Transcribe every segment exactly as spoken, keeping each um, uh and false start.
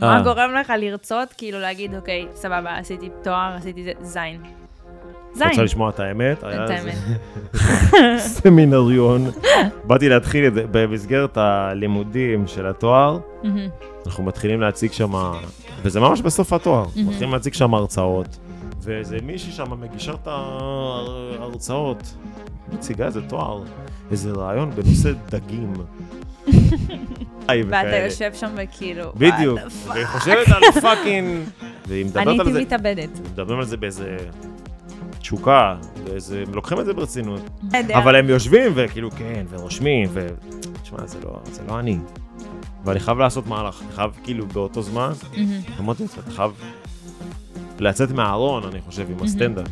מה גורם לך לרצות, כאילו להגיד, אוקיי, סבבה, עשיתי תואר, עשיתי זין. זין. רוצה לשמוע את האמת? את האמת. סמינריון. באתי להתחיל את זה, במסגרת הלימודים של התואר, אנחנו מתחילים להציג שם, וזה ממש בסוף התואר, מתחילים להציג שם הרצאות, ואיזה מישהי שם מגישה את ההרצאות, מציגה איזה תואר, איזה רעיון בנושא דגים. ואתה יושב שם וכאילו, בדיוק, והיא חושבת על פאקינג, והיא מדברת על זה. אני הייתי מתאבדת. מדברים על זה באיזה תשוקה, באיזה, הם לוקחים את זה ברצינות. אבל הם יושבים וכאילו כן, ורושמים, ו... תשמע, זה לא, זה לא אני. ואני חייב לעשות מהלך, אני חייב כאילו באותו זמן, אמרתי, אתה חייב לצאת מהארון, אני חושב, עם הסטנדאפ.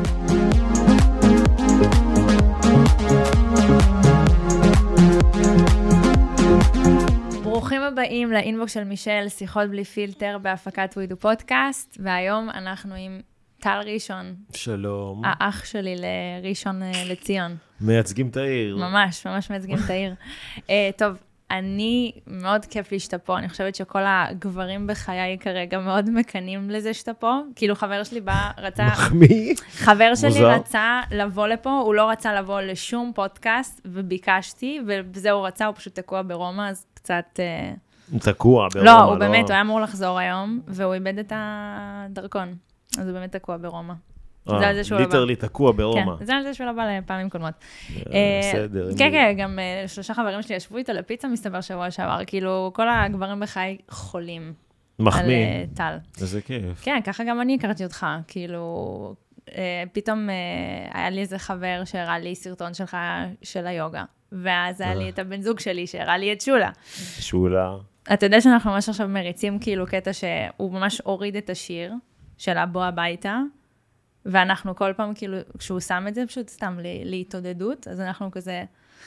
ברוכים הבאים לאינבוקס של מישל, שיחות בלי פילטר בהפקת ווידו פודקאסט, והיום אנחנו עם טל ראשון. שלום. האח שלי לראשון לציון. מייצגים את העיר. ממש, ממש מייצגים את העיר. טוב, אני, מאוד כיף לי שאתה פה, אני חושבת שכל הגברים בחיי כרגע מאוד מקנים לזה שאתה פה, כאילו חבר שלי בא, רצה... מחמיא. חבר שלי רצה לבוא לפה, הוא לא רצה לבוא לשום פודקאסט, וביקשתי, ובזה הוא רצה, הוא פשוט תקוע ברומא, אז קצת... תקוע ברומא, לא, הוא באמת, הוא היה אמור לחזור היום, והוא איבד את הדרכון, אז הוא באמת תקוע ברומא. ליטרלי תקוע ברומא. כן, זה על זה שהוא לא בא לפעמים קודמות. בסדר. כן, כן, גם שלושה חברים שלי ישבו איתו לפיצה מסתבר שבוע שעבר, כאילו כל הגברים בחיי חולים. מחמיא. על טל. איזה כיף. כן, ככה גם אני הכרתי אותך, כאילו, פתאום היה לי איזה חבר שהראה לי סרטון שלך של היוגה, ואז היה לי את הבן זוג שלי שהראה לי את שולה. שולה. אתה יודע שאנחנו ממש עכשיו מריצים כאילו קטע שהוא ממש הוריד את השיר של הבוא הביתה, ואנחנו כל פעם, כאילו, כשהוא שם את זה, פשוט סתם להתעודדות, אז אנחנו כזה,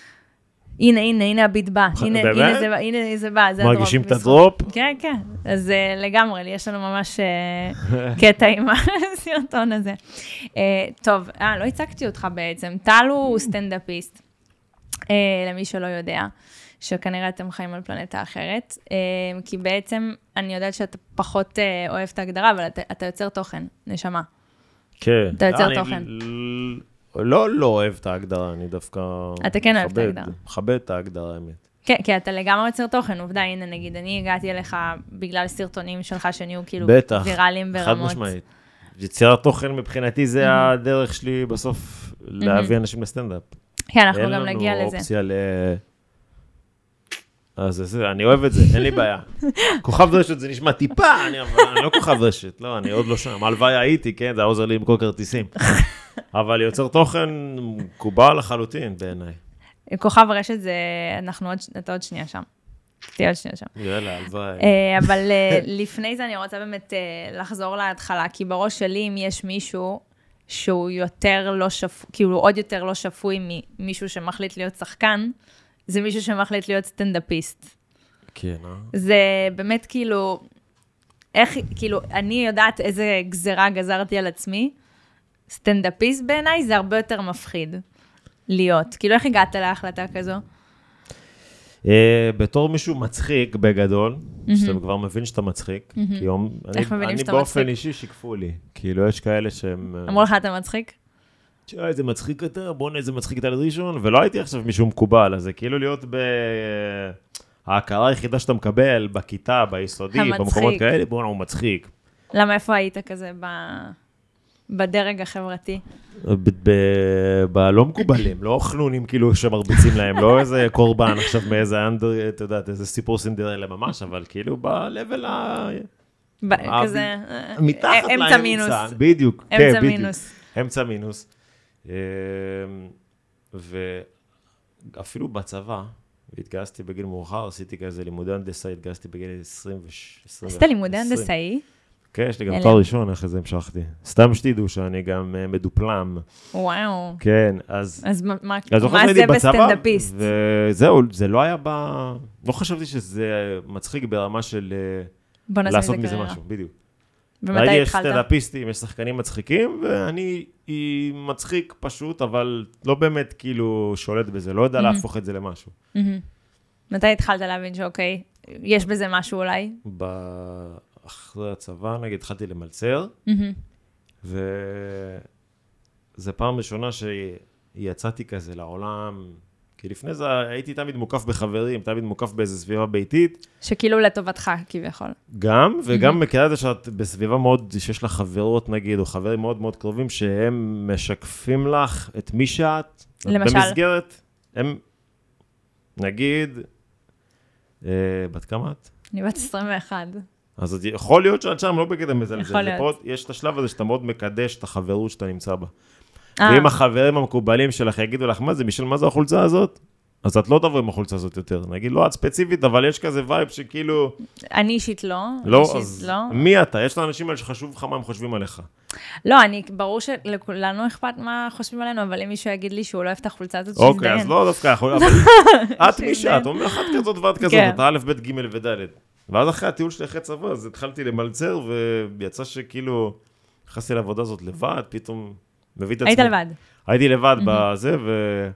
הנה, הנה, הנה הביט בא, הנה, הנה זה בא, הנה זה בא, זה הדרופ. מרגישים את הדרופ? כן, כן, אז לגמרי, יש לנו ממש קטע עם הסרטון הזה. טוב, אה, לא הצגתי אותך בעצם, טל הוא סטנדאפיסט, למי שלא יודע, שכנראה אתם חיים על פלנטה אחרת, כי בעצם אני יודעת שאתה פחות אוהב את ההגדרה, אבל אתה יוצר תוכן, נשמה. כן. אתה יוצר תוכן. לא, לא אוהב את ההגדרה, אני דווקא... אתה כן אוהב את ההגדרה. מכבד את ההגדרה, האמת. כן, כי אתה לגמרי יוצר תוכן, עובדה, הנה נגיד, אני הגעתי אליך בגלל סרטונים שלך שנהיו כאילו ויראליים ברמות. בטח, חד משמעית. יצירת תוכן מבחינתי זה הדרך שלי בסוף להביא אנשים לסטנדאפ. כן, אנחנו גם נגיע לזה. אין לנו אופציה ל... אז זה, אני אוהב את זה, אין לי בעיה. כוכב דרשת זה נשמע טיפה, אני, אני לא כוכב דרשת, לא, אני עוד לא שם. הלוואי הייתי, כן, זה עוזר לי עם כל כרטיסים. אבל יוצר תוכן קובל לחלוטין בעיניי. כוכב רשת זה, אנחנו עוד, אתה עוד שנייה שם. תהיה עוד שנייה שם. יאללה, הלוואי. אבל לפני זה אני רוצה באמת לחזור להתחלה, כי בראש שלי אם יש מישהו שהוא יותר לא שפוי, כאילו עוד יותר לא שפוי ממישהו שמחליט להיות שחקן, זה מישהו שמחליט להיות סטנדאפיסט. כן, אה? זה באמת כאילו, איך, כאילו, אני יודעת איזה גזרה גזרתי על עצמי, סטנדאפיסט בעיניי זה הרבה יותר מפחיד להיות. כאילו, איך הגעת להחלטה כזו? בתור מישהו מצחיק בגדול, שאתה כבר מבין שאתה מצחיק, כי יום, אני באופן אישי שיקפו לי, כאילו, יש כאלה שהם... אמרו לך, אתה מצחיק? תשאי, איזה מצחיק אתה, בוא איזה מצחיק אתה לראשון, ולא הייתי עכשיו מישהו מקובל, אז זה כאילו להיות בהכרה היחידה שאתה מקבל, בכיתה, ביסודי, במקומות כאלה, בוא הוא מצחיק. למה איפה היית כזה בדרג החברתי? בלא מקובלים, לא חנונים כאילו שמרביצים להם, לא איזה קורבן עכשיו מאיזה אנדר, אתה יודעת, איזה סיפור סינדרלה ממש, אבל כאילו בלבל ה... כזה... מתחת אמצע מינוס. בדיוק. אמצע מינוס. אמצע מינוס. ואפילו בצבא, התגייסתי בגיל מאוחר, עשיתי כזה לימודי הנדסאי, התגייסתי בגיל עשרים ושש. עשית לימודי הנדסאי? כן, יש לי גם תואר ראשון, אחרי זה המשכתי. סתם שתדעו שאני גם מדופלם. וואו. כן, אז... אז מה זה בסטנדאפיסט? וזהו, זה לא היה ב... לא חשבתי שזה מצחיק ברמה של... לעשות מזה משהו, בדיוק. ומתי התחלת? יש סטנדאפיסטים, יש שחקנים מצחיקים, ואני מצחיק פשוט, אבל לא באמת כאילו שולט בזה, לא יודע להפוך את זה למשהו. מתי התחלת להבין שאוקיי, יש בזה משהו אולי? אחרי הצבא, נגיד, התחלתי למלצר, וזה פעם ראשונה שיצאתי כזה לעולם, כי לפני זה הייתי תמיד מוקף בחברים, תמיד מוקף באיזו סביבה ביתית. שכאילו לטובתך, כביכול. גם, וגם מכירה את זה שאת בסביבה מאוד, שיש לך חברות נגיד, או חברים מאוד מאוד קרובים, שהם משקפים לך את מי שאת. למשל? במסגרת, הם, נגיד, אה, בת כמה את? אני בת עשרים ואחת. אז יכול להיות שאת שם לא בקטע מזלזל. יכול להיות. יש את השלב הזה שאתה מאוד מקדש את החברות שאתה נמצא בה. ואם החברים המקובלים שלך יגידו לך, מה זה, בשביל מה זה החולצה הזאת? אז את לא תבוא עם החולצה הזאת יותר. נגיד, לא את ספציפית, אבל יש כזה וייב שכאילו... אני אישית לא. לא, אז מי אתה? יש לאנשים האלה שחשוב לך מה הם חושבים עליך. לא, אני, ברור שלכולנו אכפת מה חושבים עלינו, אבל אם מישהו יגיד לי שהוא לא אוהב את החולצה הזאת, שיזדיין. אוקיי, אז לא דווקא יכול... את מי שאת, אומר אחת כזאת ואת כזאת, אתה א', ב', ג' וד'. ואז אחרי הטיול שלי אחרי צבא, אז התחלתי למלצר, ויצא שכאילו, נכנסתי לעבודה הזאת לבד, פתאום מביא את עצמי. היית לבד? הייתי לבד בזה, ו...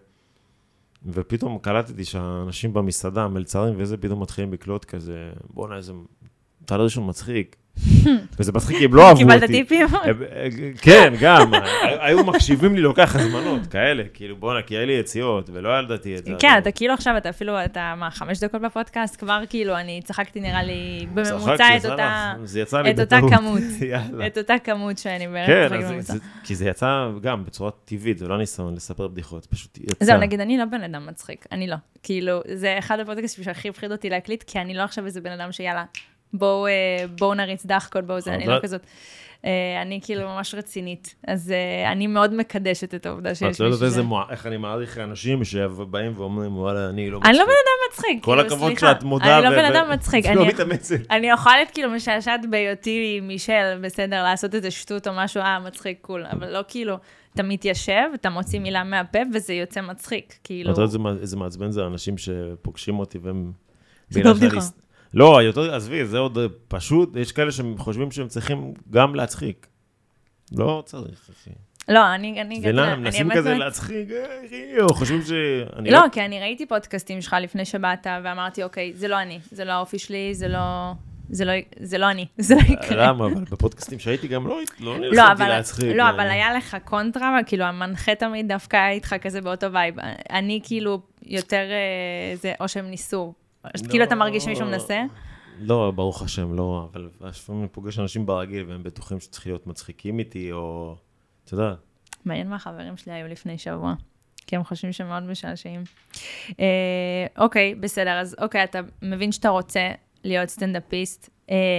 ופתאום קלטתי שהאנשים במסעדה, המלצרים וזה, פתאום מתחילים לקלוט כזה, בוא'נה, איזה תעלה ראשון מצחיק. וזה מצחיק, כי הם לא אהבו אותי. קיבלת טיפים? כן, גם. היו מקשיבים לי לוקח הזמנות, כאלה, כאילו בוא'נה, כי היה לי יציאות, ולא ילדתי את זה. כן, אתה כאילו עכשיו, אתה אפילו, אתה מה, חמש דקות בפודקאסט, כבר כאילו, אני צחקתי נראה לי בממוצע את אותה כמות. את אותה כמות שאני בערך. כן, כי זה יצא גם בצורה טבעית, זה לא ניסיון לספר בדיחות, פשוט יצא. זהו, נגיד, אני לא בן אדם מצחיק, אני לא. כאילו, זה אחד הפודקאסטים שהכי הפחיד אותי להקליט, כי אני לא עכשיו איזה בן אדם שיאללה, בואו, בואו נריץ דחקות, בואו זה, אני לא כזאת. אני כאילו ממש רצינית, אז אני מאוד מקדשת את העובדה שיש מישהו. את לא יודעת איזה, איך אני מעריך אנשים שבאים ואומרים, וואלה, אני לא מצחיק. אני לא בן אדם מצחיק, כל הכבוד שאת מודה. אני לא בן אדם מצחיק. לא מתאמצת. אני יכולת כאילו משעשעת בהיותי מישל, בסדר, לעשות איזה שטות או משהו, אה, מצחיק, קול, אבל לא כאילו, אתה מתיישב, אתה מוציא מילה מהפה, וזה יוצא מצחיק, כאילו. אתה יודעת איזה מעצבן זה, אנשים שפוגשים אותי והם... זה לא בדיחה. לא, יותר, עזבי, זה עוד פשוט, יש כאלה שחושבים שהם צריכים גם להצחיק. לא צריך, אחי. לא, אני... אני ולמה, הם נשים כזה להצחיק, או חושבים ש... לא, כי אני ראיתי פודקאסטים שלך לפני שבאת, ואמרתי, אוקיי, זה לא אני, זה לא האופי שלי, זה לא... זה לא, זה לא אני, זה לא יקרה. למה? אבל בפודקאסטים שהייתי גם לא, לא נלחמתי להצחיק. לא, אבל היה לך קונטרה, כאילו המנחה תמיד דווקא היה איתך כזה באותו וייב. אני כאילו יותר, זה, או שהם ניסו. כאילו אתה מרגיש שמישהו מנסה? לא, ברוך השם, לא, אבל לפעמים אני פוגש אנשים ברגיל, והם בטוחים שצריך להיות מצחיקים איתי, או... אתה יודע. מעניין מה החברים שלי היו לפני שבוע, כי הם חושבים שהם מאוד משעשעים. אוקיי, בסדר, אז אוקיי, אתה מבין שאתה רוצה להיות סטנדאפיסט,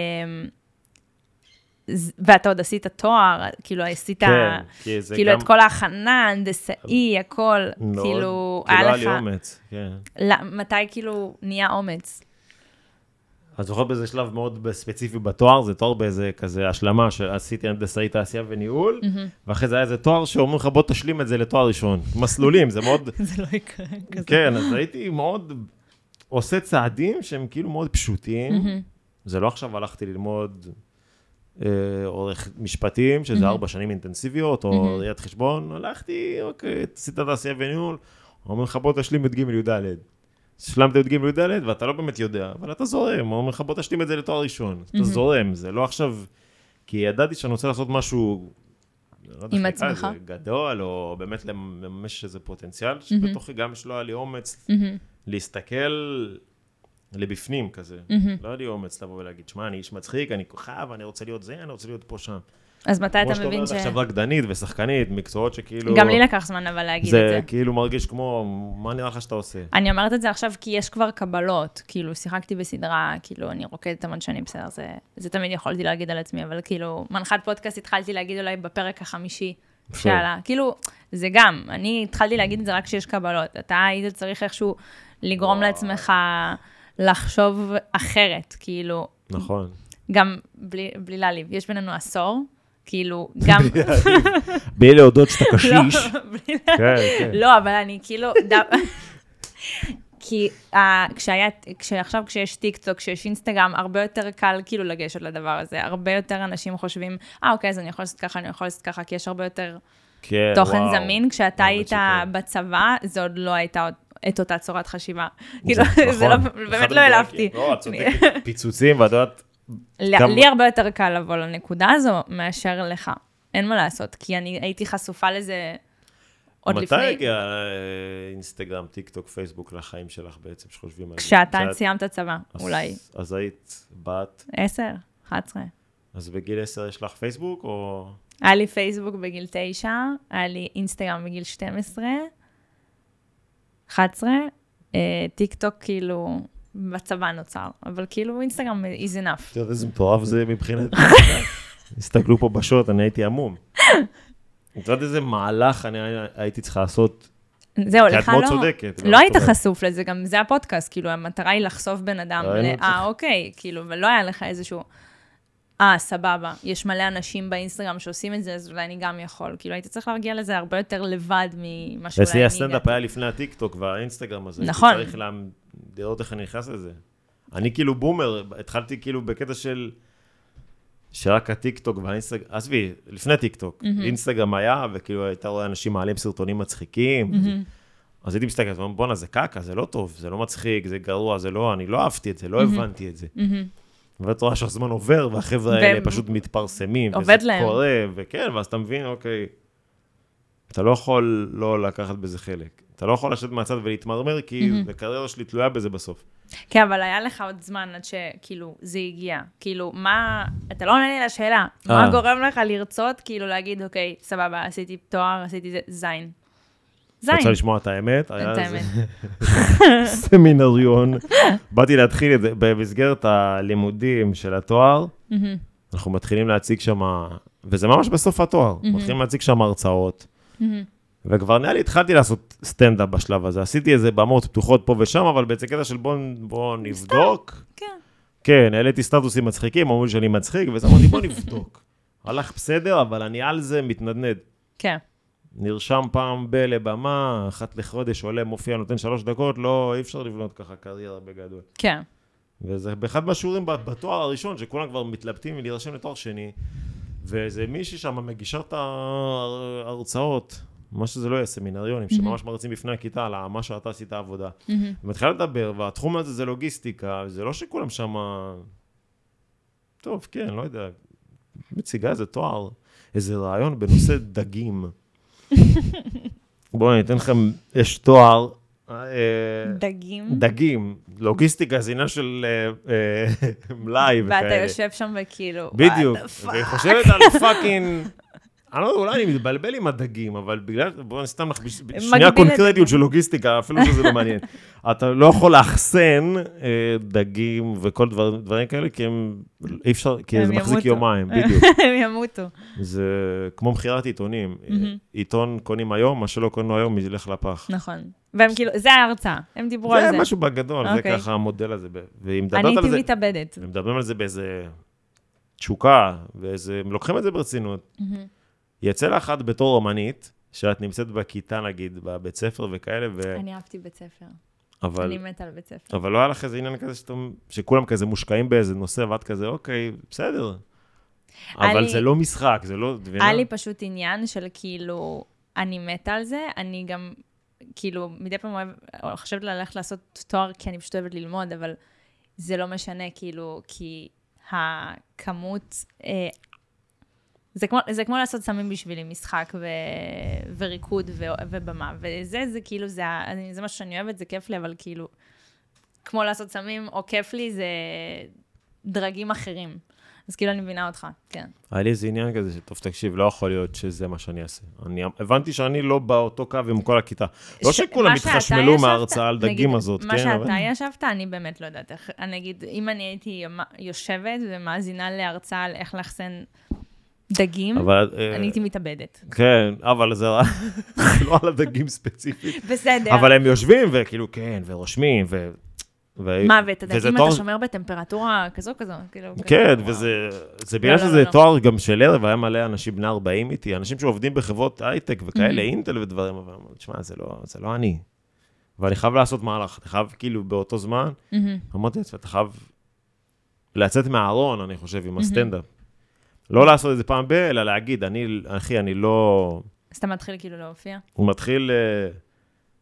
ואתה עוד עשית תואר, כאילו עשית, כאילו את כל ההכנה, הנדסאי, הכל, כאילו, היה לך... כאילו היה לי אומץ, כן. מתי כאילו נהיה אומץ? אז זוכר באיזה שלב מאוד ספציפי בתואר, זה תואר באיזה כזה השלמה, שעשיתי הנדסאי תעשייה וניהול, ואחרי זה היה איזה תואר שאומרים לך, בוא תשלים את זה לתואר ראשון. מסלולים, זה מאוד... זה לא יקרה כזה. כן, אז הייתי מאוד עושה צעדים שהם כאילו מאוד פשוטים. זה לא עכשיו הלכתי ללמוד עורך משפטים, שזה ארבע שנים אינטנסיביות, או ראיית חשבון, הלכתי, אוקיי, עשית תעשייה וניהול, אומרים לך, בוא תשלים את ג' י' ד'. השלמת את ג' י' ד' ואתה לא באמת יודע, אבל אתה זורם, אומרים לך, בוא תשלים את זה לתואר ראשון. אתה זורם, זה לא עכשיו, כי ידעתי שאני רוצה לעשות משהו, עם עצמך. גדול, או באמת לממש איזה פוטנציאל, שבתוכי גם שלא היה לי אומץ להסתכל לבפנים כזה. לא היה לי אומץ לבוא ולהגיד, שמע, אני איש מצחיק, אני כוכב, אני רוצה להיות זה, אני רוצה להיות פה שם. אז מתי אתה מבין ש... כמו שאתה אומרת עכשיו רקדנית ושחקנית, מקצועות שכאילו... גם לי לקח זמן אבל להגיד את זה. זה כאילו מרגיש כמו, מה נראה לך שאתה עושה? אני אומרת את זה עכשיו כי יש כבר קבלות, כאילו שיחקתי בסדרה, כאילו אני רוקדת המון שנים, בסדר, זה, זה תמיד יכולתי להגיד על עצמי, אבל כאילו מנחת פודקאסט התחלתי להגיד אולי בפרק החמישי, שעלה, כאילו זה גם, אני התחלתי להגיד את זה רק שיש קבלות, אתה היית צריך איכשהו לגרום לעצמך לחשוב אחרת, כאילו... נכון. גם בלי, בלי להליב, יש בינינו עשור, כאילו, גם... בלי להודות שאתה קשיש. לא, אבל אני כאילו... כי עכשיו כשיש טיקטוק, כשיש אינסטגרם, הרבה יותר קל כאילו לגשת לדבר הזה. הרבה יותר אנשים חושבים, אה, אוקיי, אז אני יכול לעשות ככה, אני יכול לעשות ככה, כי יש הרבה יותר תוכן זמין. כשאתה היית בצבא, זה עוד לא הייתה את אותה צורת חשיבה. כאילו, זה לא, באמת לא העלפתי. לא, את צודקת, פיצוצים, ואת יודעת... לי הרבה יותר קל לבוא לנקודה הזו, מאשר לך. אין מה לעשות, כי אני הייתי חשופה לזה עוד לפני. מתי הגיע אינסטגרם, טיק טוק, פייסבוק לחיים שלך בעצם, שחושבים על זה? כשאתה סיימת צבא, אולי. אז היית בת? עשר, אחת עשרה. אז בגיל עשר יש לך פייסבוק, או... היה לי פייסבוק בגיל תשע, היה לי אינסטגרם בגיל שתים עשרה, אחת עשרה, טיק טוק כאילו בצבא נוצר, אבל כאילו אינסטגרם is enough. אתה יודע, איזה מטורף זה מבחינת... הסתכלו פה בשוט, אני הייתי עמום. את יודעת איזה מהלך אני הייתי צריך לעשות, זהו, לך לא... צודקת, לא היית חשוף לזה, גם זה הפודקאסט, כאילו המטרה היא לחשוף בן אדם, אה, אוקיי, כאילו, ולא היה לך איזשהו... אה, סבבה, יש מלא אנשים באינסטגרם שעושים את זה, אז אולי אני גם יכול. כאילו, הייתי צריך להגיע לזה הרבה יותר לבד ממה שאולי אני הגעתי. הסטנדאפ היה לפני הטיקטוק והאינסטגרם הזה. נכון. הייתי צריך לראות איך אני נכנס לזה. אני כאילו בומר, התחלתי כאילו בקטע של... שרק הטיקטוק והאינסטגרם... עזבי, לפני טיקטוק. אינסטגרם היה, וכאילו הייתה רואה אנשים מעלים סרטונים מצחיקים. אז הייתי מסתכל, בוא'נה, זה קקה, זה לא טוב, זה לא מצחיק, זה גרוע, זה לא... אני לא אהבתי את זה, לא הבנתי את זה. ואת רואה שהזמן עובר, והחבר'ה האלה פשוט מתפרסמים, וזה קורה, וכן, ואז אתה מבין, אוקיי, אתה לא יכול לא לקחת בזה חלק. אתה לא יכול לשבת מהצד ולהתמרמר, כי הקריירה שלי תלויה בזה בסוף. כן, אבל היה לך עוד זמן עד שכאילו זה הגיע. כאילו, מה, אתה לא עונה לי לשאלה, מה גורם לך לרצות, כאילו להגיד, אוקיי, סבבה, עשיתי תואר, עשיתי זין. זין. רוצה לשמוע את האמת? את האמת. סמינריון. באתי להתחיל את זה, במסגרת הלימודים של התואר, אנחנו מתחילים להציג שם, וזה ממש בסוף התואר, מתחילים להציג שם הרצאות, וכבר נראה לי התחלתי לעשות סטנדאפ בשלב הזה, עשיתי איזה במות פתוחות פה ושם, אבל בעצם קטע של בוא נבדוק. כן. כן, העליתי סטטוסים מצחיקים, אמרו לי שאני מצחיק, ואז אמרתי בוא נבדוק. הלך בסדר, אבל אני על זה מתנדנד. כן. נרשם פעם בלבמה, אחת לחודש עולה, מופיע, נותן שלוש דקות, לא, אי אפשר לבנות ככה קריירה בגדול. כן. וזה באחד מהשיעורים בתואר הראשון, שכולם כבר מתלבטים להירשם לתואר שני, וזה מישהי שם מגישה את ההרצאות, מה שזה לא יהיה סמינריונים, שממש מרצים בפני הכיתה על מה שאתה עשית העבודה. ומתחילה לדבר, והתחום הזה זה לוגיסטיקה, זה לא שכולם שם... טוב, כן, לא יודע, מציגה איזה תואר, איזה רעיון בנושא דגים. בואו, אני אתן לכם, יש תואר... דגים? דגים. לוגיסטיקה זה עניין של מלאי וכאלה. ואתה יושב שם וכאילו... בדיוק. והיא חושבת על פאקינג... אני לא יודע, אולי אני מתבלבל עם הדגים, אבל בגלל... בואו נסתם לך שנייה קונקרטיות של לוגיסטיקה, אפילו שזה לא מעניין. אתה לא יכול לאחסן דגים וכל דברים כאלה, כי הם... אי אפשר, כי זה מחזיק יומיים, בדיוק. הם ימותו. זה כמו מחירת עיתונים. עיתון קונים היום, מה שלא קונו היום, ילך לפח. נכון. והם כאילו, זה ההרצאה, הם דיברו על זה. זה משהו בגדול, זה ככה המודל הזה. אני הייתי מתאבדת. הם מדברים על זה באיזה תשוקה, הם לוקחים את זה ברצינות. יצא לך את בתור אומנית, שאת נמצאת בכיתה, נגיד, בבית ספר וכאלה, ו... אני אהבתי בית ספר. אבל... אני מתה על בית ספר. אבל לא היה לך איזה עניין כזה שאתם... שכולם כזה מושקעים באיזה נושא, ואת כזה, אוקיי, בסדר. אבל זה לא משחק, זה לא... היה לי פשוט עניין של כאילו, אני מתה על זה, אני גם, כאילו, מדי פעם אוהב, חושבת ללכת לעשות תואר, כי אני פשוט אוהבת ללמוד, אבל זה לא משנה, כאילו, כי הכמות... זה כמו, זה כמו לעשות סמים בשבילי, משחק ו, וריקוד ו, ובמה, וזה, זה כאילו, זה, זה משהו שאני אוהבת, זה כיף לי, אבל כאילו, כמו לעשות סמים או כיף לי, זה דרגים אחרים. אז כאילו אני מבינה אותך, כן. היה לי איזה עניין כזה, שטוב, תקשיב, לא יכול להיות שזה מה שאני אעשה. אני הבנתי שאני לא באותו קו עם כל הכיתה. לא שכולם התחשמלו מההרצאה על דגים הזאת, כן? מה שאתה ישבת, אני באמת לא יודעת איך. אני אגיד, אם אני הייתי יושבת ומאזינה להרצאה על איך לחסן דגים, אני הייתי מתאבדת. כן, אבל זה לא על הדגים ספציפית. בסדר. אבל הם יושבים וכאילו, כן, ורושמים, ו... מה, ואת הדגים אתה שומר בטמפרטורה כזו כזו? כן, וזה בגלל שזה תואר גם של ערב, היה מלא אנשים בני ארבעים איתי, אנשים שעובדים בחברות הייטק וכאלה, אינטל ודברים, אבל תשמע, זה לא אני. ואני חייב לעשות מהלך, אני חייב כאילו באותו זמן, אמרתי לעצמי, אתה חייב לצאת מהארון, אני חושב, עם הסטנדאפ. לא לעשות את זה פעם ב, אלא להגיד, אני, אחי, אני לא... אז אתה מתחיל כאילו להופיע? הוא מתחיל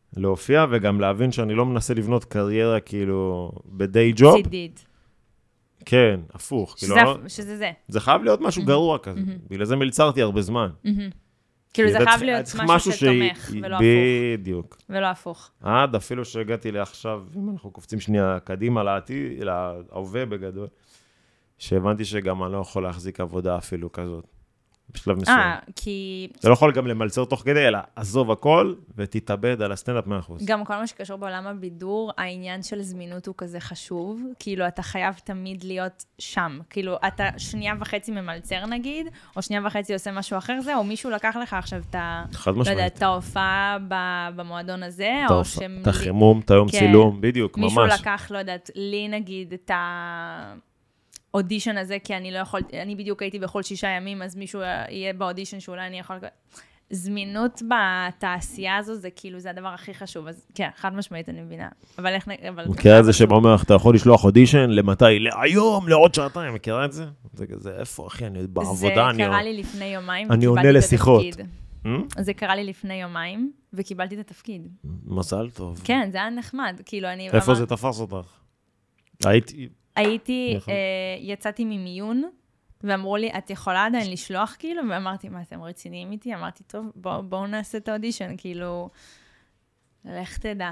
להופיע, וגם להבין שאני לא מנסה לבנות קריירה, כאילו, ב-day job. צידית. כן, הפוך. שזה, כאילו, שזה זה. זה חייב להיות משהו גרוע כזה. בגלל זה מלצרתי הרבה זמן. כאילו זה חייב להיות משהו שתומך, ולא הפוך. בדיוק. ולא הפוך. עד אפילו שהגעתי לעכשיו, אם אנחנו קופצים שנייה קדימה לעתיד, להווה בגדול, שהבנתי שגם אני לא יכול להחזיק עבודה אפילו כזאת. בשלב מסוים. אה, כי... אתה לא יכול גם למלצר תוך כדי, אלא עזוב הכל, ותתאבד על הסטנדאפ מאה אחוז. גם כל מה שקשור בעולם הבידור, העניין של זמינות הוא כזה חשוב, כאילו אתה חייב תמיד להיות שם, כאילו אתה שנייה וחצי ממלצר נגיד, או שנייה וחצי עושה משהו אחר זה, או מישהו לקח לך עכשיו את ה... חד משמעית. לא יודע, את ההופעה במועדון הזה, או שהם... את החימום, את היום צילום, בדיוק, ממש. מישהו לקח, לא יודעת, לי נגיד את ה... אודישן הזה, כי אני לא יכול, אני בדיוק הייתי בכל שישה ימים, אז מישהו יהיה באודישן שאולי אני יכול... זמינות בתעשייה הזו, זה כאילו, זה הדבר הכי חשוב. אז כן, חד משמעית אני מבינה. אבל איך... מכירה את זה שאומר, אתה יכול לשלוח אודישן, למתי? להיום, לעוד שעתיים, מכירה את זה? זה כזה, איפה, אחי, אני בעבודה, אני... זה קרה לי לפני יומיים, אני עונה לשיחות. זה קרה לי לפני יומיים, וקיבלתי את התפקיד. מזל טוב. כן, זה היה נחמד. כאילו, אני... איפה זה תפס אותך? הייתי... הייתי, יצאתי ממיון, ואמרו לי, את יכולה עדיין לשלוח, כאילו? ואמרתי, מה, אתם רציניים איתי? אמרתי, טוב, בואו נעשה את האודישן, כאילו, לך תדע.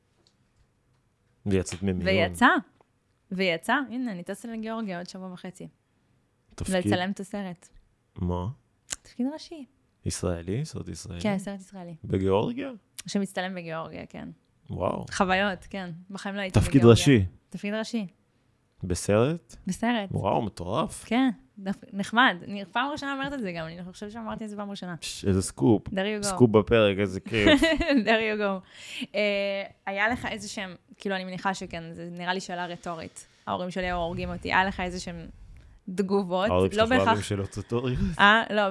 ויצאת ממיון. ויצא, ויצא, הנה, אני טסה לגיאורגיה עוד שבוע וחצי. תפקיד? לצלם את הסרט. מה? תפקיד ראשי. ישראלי? סרט ישראלי? כן, סרט ישראלי. בגיאורגיה? שמצטלם בגיאורגיה, כן. וואו. חוויות, כן. בחיים לא הייתי בגיאורגיה. תפקיד ראשי? תפקיד ראשי. בסרט? בסרט. וואו, מטורף. כן, נחמד. אני פעם ראשונה אומרת את זה גם, אני חושבת שאמרתי את זה פעם ראשונה. איזה סקופ. There you go. סקופ בפרק, איזה כיף. There you go. היה לך איזה שהם, כאילו אני מניחה שכן, זה נראה לי שאלה רטורית. ההורים שלי הורגים אותי, היה לך איזה שהם תגובות. ההורים שלך ההורים של אוטוטוריות? אה, לא,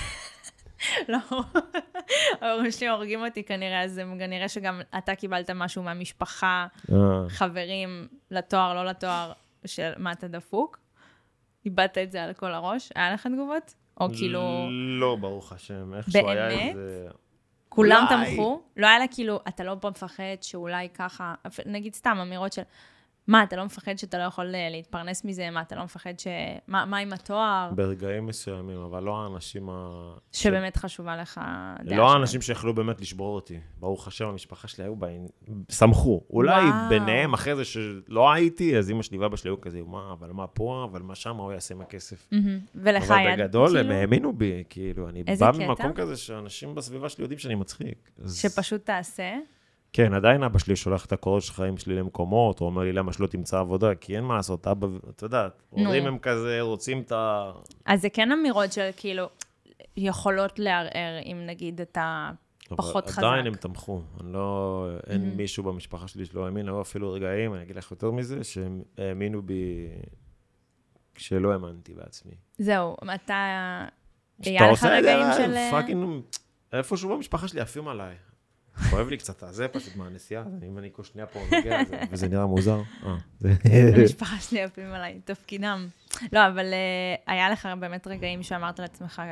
לא. ההורים שלי הורגים אותי כנראה, אז כנראה שגם אתה קיבלת משהו מהמשפחה, חברים, לתואר, לא לתואר. של מה אתה דפוק? איבדת את זה על כל הראש? היה לך תגובות? או כאילו... לא, ברוך השם. איכשהו היה איזה... כולם תמכו? לא היה לה כאילו, אתה לא מפחד שאולי ככה, נגיד סתם אמירות של, מה, אתה לא מפחד שאתה לא יכול להתפרנס מזה? מה, אתה לא מפחד ש... מה, מה עם התואר? ברגעים מסוימים, אבל לא האנשים ה... שבאמת חשובה לך דעה. לא האנשים שיכלו באמת לשבור אותי. ברוך השם, המשפחה שלי היו בהם, שמחו. אולי ביניהם, אחרי זה שלא הייתי, אז אמא שלי ואבא שלי היו כזה, מה, אבל מה פה, אבל מה שם, הוא יעשה עם הכסף. ולך אבל בגדול, הם האמינו בי, כאילו, אני בא ממקום כזה שאנשים בסביבה שלי יודעים שאני מצחיק. שפשוט תעשה. כן, עדיין אבא שלי שולח את הקורות של חיים שלי למקומות, הוא אומר לי למה שלא תמצא עבודה, כי אין מה לעשות, אבא, אתה יודעת, הורים הם כזה, רוצים את ה... אז זה כן אמירות של כאילו, יכולות לערער אם נגיד אתה פחות חזק. עדיין הם תמכו, אני לא, אין מישהו במשפחה שלי שלא האמין, לא אפילו רגעים, אני אגיד לך יותר מזה, שהם האמינו בי, כשלא האמנתי בעצמי. זהו, אתה, היה לך רגעים של... פאקינג, איפשהו במשפחה שלי עפים עליי. כואב לי קצת, זה פשוט מהנסיעה, אם אני כל שנייה פה נוגע, וזה נראה מוזר. המשפחה שלי עפים עליי, תפקידם. לא, אבל היה לך באמת רגעים שאמרת לעצמך,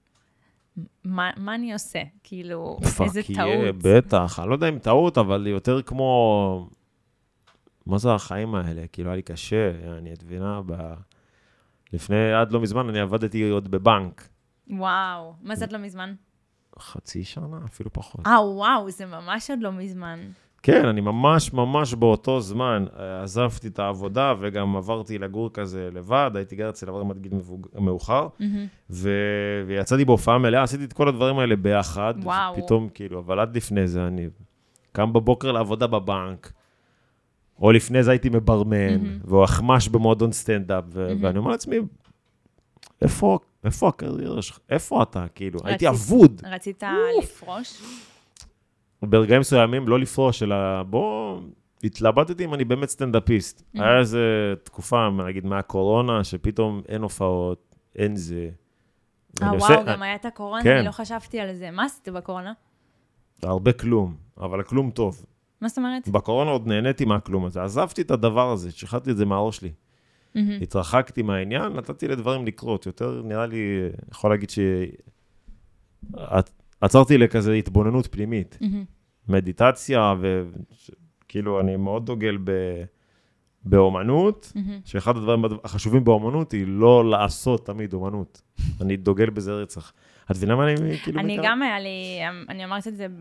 מה אני עושה? כאילו, איזה טעות. בטח, אני לא יודע אם טעות, אבל יותר כמו, מה זה החיים האלה? כאילו, היה לי קשה, אני אדבינה, לפני, עד לא מזמן, אני עבדתי עוד בבנק. וואו, מה זה עד לא מזמן? חצי שנה, אפילו פחות. אה, וואו, זה ממש עוד לא מזמן. כן, אני ממש ממש באותו זמן עזבתי את העבודה, וגם עברתי לגור כזה לבד, הייתי גר אצל עבר עד גיל מאוחר, ויצאתי בהופעה מלאה, עשיתי את כל הדברים האלה ביחד, פתאום כאילו, אבל עד לפני זה אני קם בבוקר לעבודה בבנק, או לפני זה הייתי מברמן, והוא החמש במועדון סטנדאפ, ואני אומר לעצמי, איפה... איפה הקריירה שלך? איפה אתה? כאילו, הייתי אבוד. רצית לפרוש? ברגעים מסוימים לא לפרוש, אלא בוא, התלבטתי אם אני באמת סטנדאפיסט. היה איזו תקופה, נגיד, מהקורונה, שפתאום אין הופעות, אין זה. וואו, גם היה את הקורונה, אני לא חשבתי על זה. מה עשיתי בקורונה? הרבה כלום, אבל הכלום טוב. מה זאת אומרת? בקורונה עוד נהניתי מהכלום הזה. עזבתי את הדבר הזה, שחררתי את זה מהראש שלי. התרחקתי מהעניין, נתתי לדברים לקרות. יותר נראה לי, יכול להגיד שעצרתי לכזה התבוננות פנימית. מדיטציה, וכאילו אני מאוד דוגל ב... באומנות, שאחד הדברים החשובים באומנות היא לא לעשות תמיד אומנות. אני דוגל בזה רצח. את מבינה מה אני כאילו... אני גם היה לי, אני אמרת את זה ב...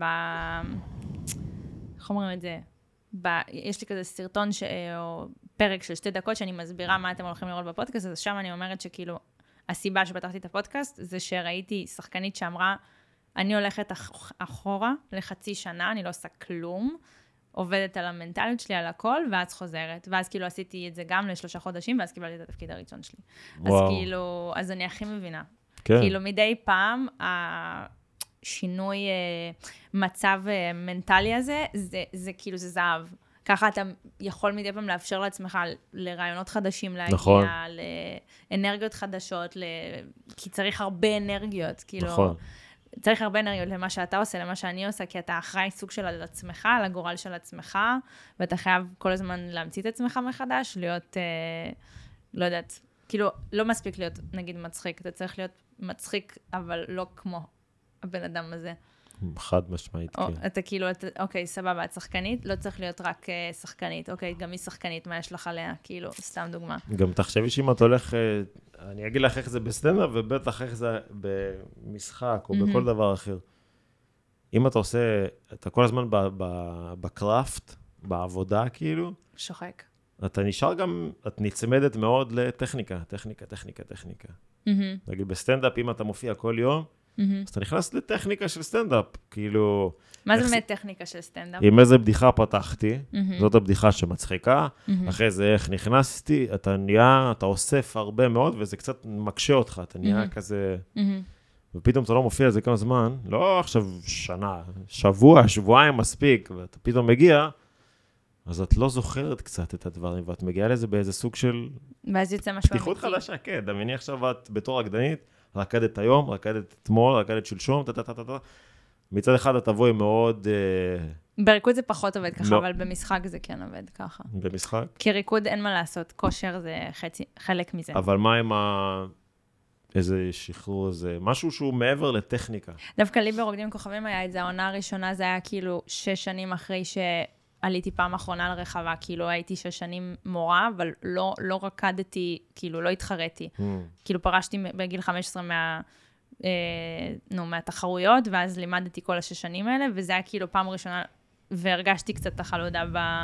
איך אומרים את זה? יש לי כזה סרטון או פרק של שתי דקות שאני מסבירה מה אתם הולכים לראות בפודקאסט, אז שם אני אומרת שכאילו, הסיבה שפתחתי את הפודקאסט זה שראיתי שחקנית שאמרה, אני הולכת אחורה לחצי שנה, אני לא עושה כלום, עובדת על המנטליות שלי, על הכל, ואז חוזרת. ואז כאילו עשיתי את זה גם לשלושה חודשים, ואז קיבלתי את התפקיד הראשון שלי. וואו. אז כאילו, אז אני הכי מבינה. כן. כאילו מדי פעם, השינוי מצב מנטלי הזה, זה, זה כאילו, זה זהב. ככה אתה יכול מדי פעם לאפשר לעצמך לרעיונות חדשים להגיע, נכון. לאנרגיות חדשות, ל... כי צריך הרבה אנרגיות, כאילו... נכון. צריך הרבה אנרגיות למה שאתה עושה, למה שאני עושה, כי אתה אחראי סוג של עצמך, לגורל של עצמך, ואתה חייב כל הזמן להמציא את עצמך מחדש, להיות, אה, לא יודעת, כאילו, לא מספיק להיות, נגיד, מצחיק, אתה צריך להיות מצחיק, אבל לא כמו הבן אדם הזה. חד משמעית, או, כן. אתה כאילו, אתה, אוקיי, סבבה, את שחקנית, לא צריך להיות רק uh, שחקנית, אוקיי, גם היא שחקנית, מה יש לך עליה, כאילו, סתם דוגמה. גם תחשבי שאם את הולך, אני אגיד לך איך זה בסטנדאפ, ובטח איך זה במשחק, או בכל דבר אחר. אם אתה עושה, אתה כל הזמן בקראפט, בעבודה, כאילו, שוחק. אתה נשאר גם, את נצמדת מאוד לטכניקה, טכניקה, טכניקה, טכניקה. נגיד בסטנדאפ, אם אתה מופיע כל יום, אז אתה נכנס לטכניקה של סטנדאפ, כאילו... מה זה באמת טכניקה של סטנדאפ? עם איזה בדיחה פתחתי, זאת הבדיחה שמצחיקה, אחרי זה איך נכנסתי, אתה נהיה, אתה אוסף הרבה מאוד, וזה קצת מקשה אותך, אתה נהיה כזה... ופתאום אתה לא מופיע על זה כמה זמן, לא עכשיו שנה, שבוע, שבועיים מספיק, ואתה פתאום מגיע, אז את לא זוכרת קצת את הדברים, ואת מגיעה לזה באיזה סוג של... ואז יוצא משהו אמיתי. פתיחות חדשה, כן, דמייני עכשיו את בתור רקדנית, רקדת היום, רקדת אתמול, רקדת שלשום, טטטטטט. מצד אחד אתה תבואי מאוד... בריקוד זה פחות עובד ככה, אבל במשחק זה כן עובד ככה. במשחק? כי ריקוד אין מה לעשות, כושר זה חלק מזה. אבל מה עם ה... איזה שחרור זה? משהו שהוא מעבר לטכניקה. דווקא לי ברוקדים עם כוכבים היה את זה, העונה הראשונה זה היה כאילו שש שנים אחרי שעליתי פעם אחרונה לרחבה, כאילו הייתי שש שנים מורה, אבל לא, לא רקדתי, כאילו לא התחרתי. Mm. כאילו פרשתי בגיל חמש עשרה מה, אה, נו, מהתחרויות, ואז לימדתי כל השש שנים האלה, וזה היה כאילו פעם ראשונה, והרגשתי קצת תחלודה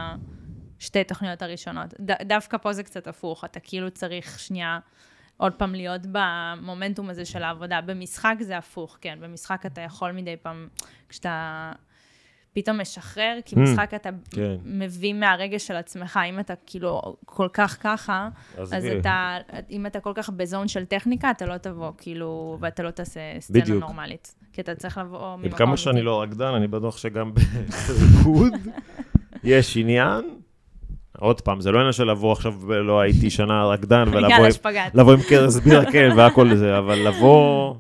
בשתי תוכניות הראשונות. ד, דווקא פה זה קצת הפוך, אתה כאילו צריך שנייה... עוד פעם להיות במומנטום הזה של העבודה. במשחק זה הפוך, כן. במשחק אתה יכול מדי פעם, כשאתה פתאום משחרר, כי משחק אתה מביא מהרגש של עצמך. אם אתה כאילו כל כך ככה, אז אתה, אם אתה כל כך בזון של טכניקה, אתה לא תבוא, כאילו, ואתה לא תעשה סצנה נורמלית. כי אתה צריך לבוא ממקום... כמה שאני לא רקדן, אני בטוח שגם בריקוד יש עניין. עוד פעם, זה לא עניין של לבוא עכשיו, לא הייתי שנה רקדן, ולבוא עם קרס בירה, כן, והכל זה, אבל לבוא,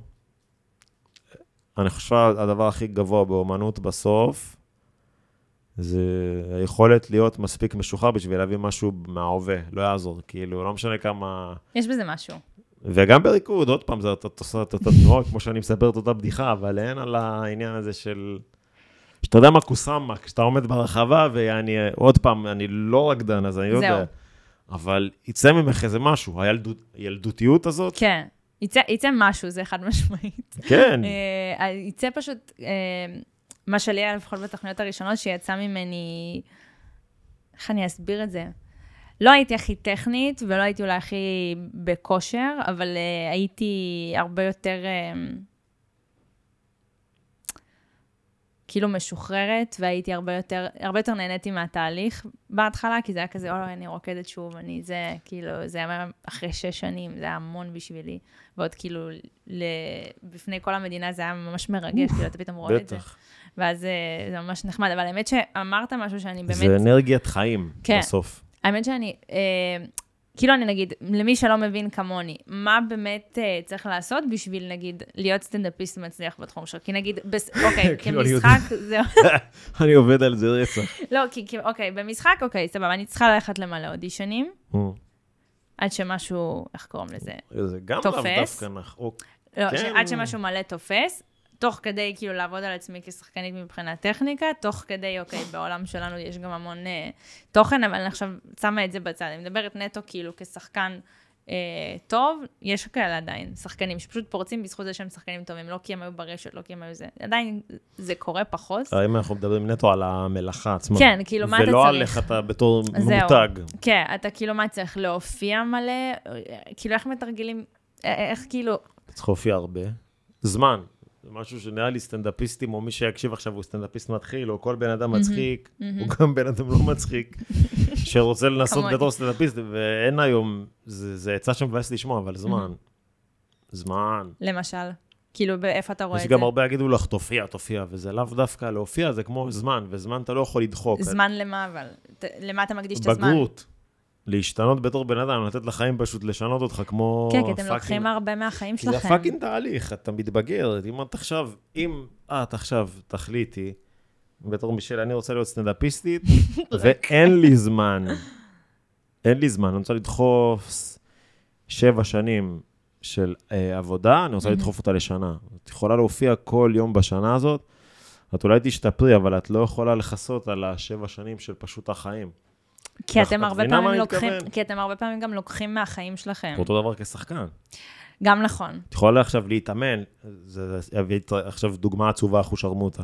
אני חושב, הדבר הכי גבוה באומנות בסוף, זה היכולת להיות מספיק משוחרר בשביל להביא משהו מההווה, לא יעזור, כאילו, לא משנה כמה... יש בזה משהו. וגם בריקוד, עוד פעם, אתה עושה את התנועות, כמו שאני מספר את אותה בדיחה, אבל אין על העניין הזה של... שאתה יודע מה קוסמה, כשאתה עומד ברחבה, ואני, עוד פעם, אני לא רקדן, אז אני לא יודע. אבל יצא ממך איזה משהו, הילדותיות הזאת. כן, יצא, יצא משהו, זה חד משמעית. כן. יצא פשוט, מה שלי היה לפחות בתוכניות הראשונות, שיצא ממני, איך אני אסביר את זה? לא הייתי הכי טכנית, ולא הייתי אולי הכי בכושר, אבל הייתי הרבה יותר... כאילו משוחררת, והייתי הרבה יותר, הרבה יותר נהניתי מהתהליך בהתחלה, כי זה היה כזה, אוי, אני רוקדת שוב, אני זה, כאילו, זה היה אחרי שש שנים, זה היה המון בשבילי, ועוד כאילו, בפני כל המדינה זה היה ממש מרגש, כאילו, אתה פתאום רואה את זה. ואז זה ממש נחמד, אבל האמת שאמרת משהו שאני באמת... זה אנרגיית חיים, בסוף. האמת שאני... כאילו אני נגיד, למי שלא מבין כמוני, מה באמת uh, צריך לעשות בשביל נגיד להיות סטנדאפיסט מצליח בתחום שלו? כי נגיד, בס... אוקיי, כמשחק, זהו. אני עובד על זה רצח. לא, כי, אוקיי, במשחק, אוקיי, סבבה, אני צריכה ללכת למלא אודישנים, עד שמשהו, איך קוראים לזה? זה גם לאו דווקא נח. לא, עד שמשהו מלא תופס, תוך כדי כאילו לעבוד על עצמי כשחקנית מבחינת טכניקה, תוך כדי, אוקיי, בעולם שלנו יש גם המון אה, תוכן, אבל אני עכשיו שמה את זה בצד. אני מדברת נטו כאילו כשחקן אה, טוב, יש כאלה עדיין, שחקנים שפשוט פורצים בזכות זה שהם שחקנים טובים, לא כי הם היו ברשת, לא כי הם היו זה. עדיין זה קורה פחות. אם אנחנו מדברים נטו על המלאכה עצמה. כן, כאילו מה אתה צריך? ולא על איך אתה בתור מותג. כן, אתה כאילו מה צריך להופיע מלא, כאילו איך מתרגלים, איך כאילו... אתה צריך להופיע הרבה. זמן. זה משהו שנראה לי סטנדאפיסטים, או מי שיקשיב עכשיו הוא סטנדאפיסט מתחיל, או כל בן אדם מצחיק, או גם בן אדם לא מצחיק, שרוצה לנסות בתור סטנדאפיסט, ואין היום, זה עצה שמבאס לשמוע, אבל זמן. זמן. למשל, כאילו באיפה אתה רואה את זה? יש גם הרבה יגידו לך, תופיע, תופיע, וזה לאו דווקא להופיע, זה כמו זמן, וזמן אתה לא יכול לדחוק. זמן למה אבל? למה אתה מקדיש את הזמן? בגרות. להשתנות בתור בן אדם, לתת לחיים פשוט לשנות אותך כמו... כן, כי אתם לוקחים הרבה מהחיים שלכם. זה פאקינג תהליך, אתה מתבגר. אם את עכשיו, אם את עכשיו תחליטי, בתור מישל, אני רוצה להיות סטנדאפיסטית, ואין לי זמן, אין לי זמן, אני רוצה לדחוף שבע שנים של עבודה, אני רוצה לדחוף אותה לשנה. את יכולה להופיע כל יום בשנה הזאת, את אולי תשתפרי, אבל את לא יכולה לחסות על השבע שנים של פשוט החיים. כי אתם הרבה פעמים לוקחים, כי אתם הרבה פעמים גם לוקחים מהחיים שלכם. אותו דבר כשחקן. גם נכון. את יכולה עכשיו להתאמן, זה עכשיו דוגמה עצובה, אחושרמוטה.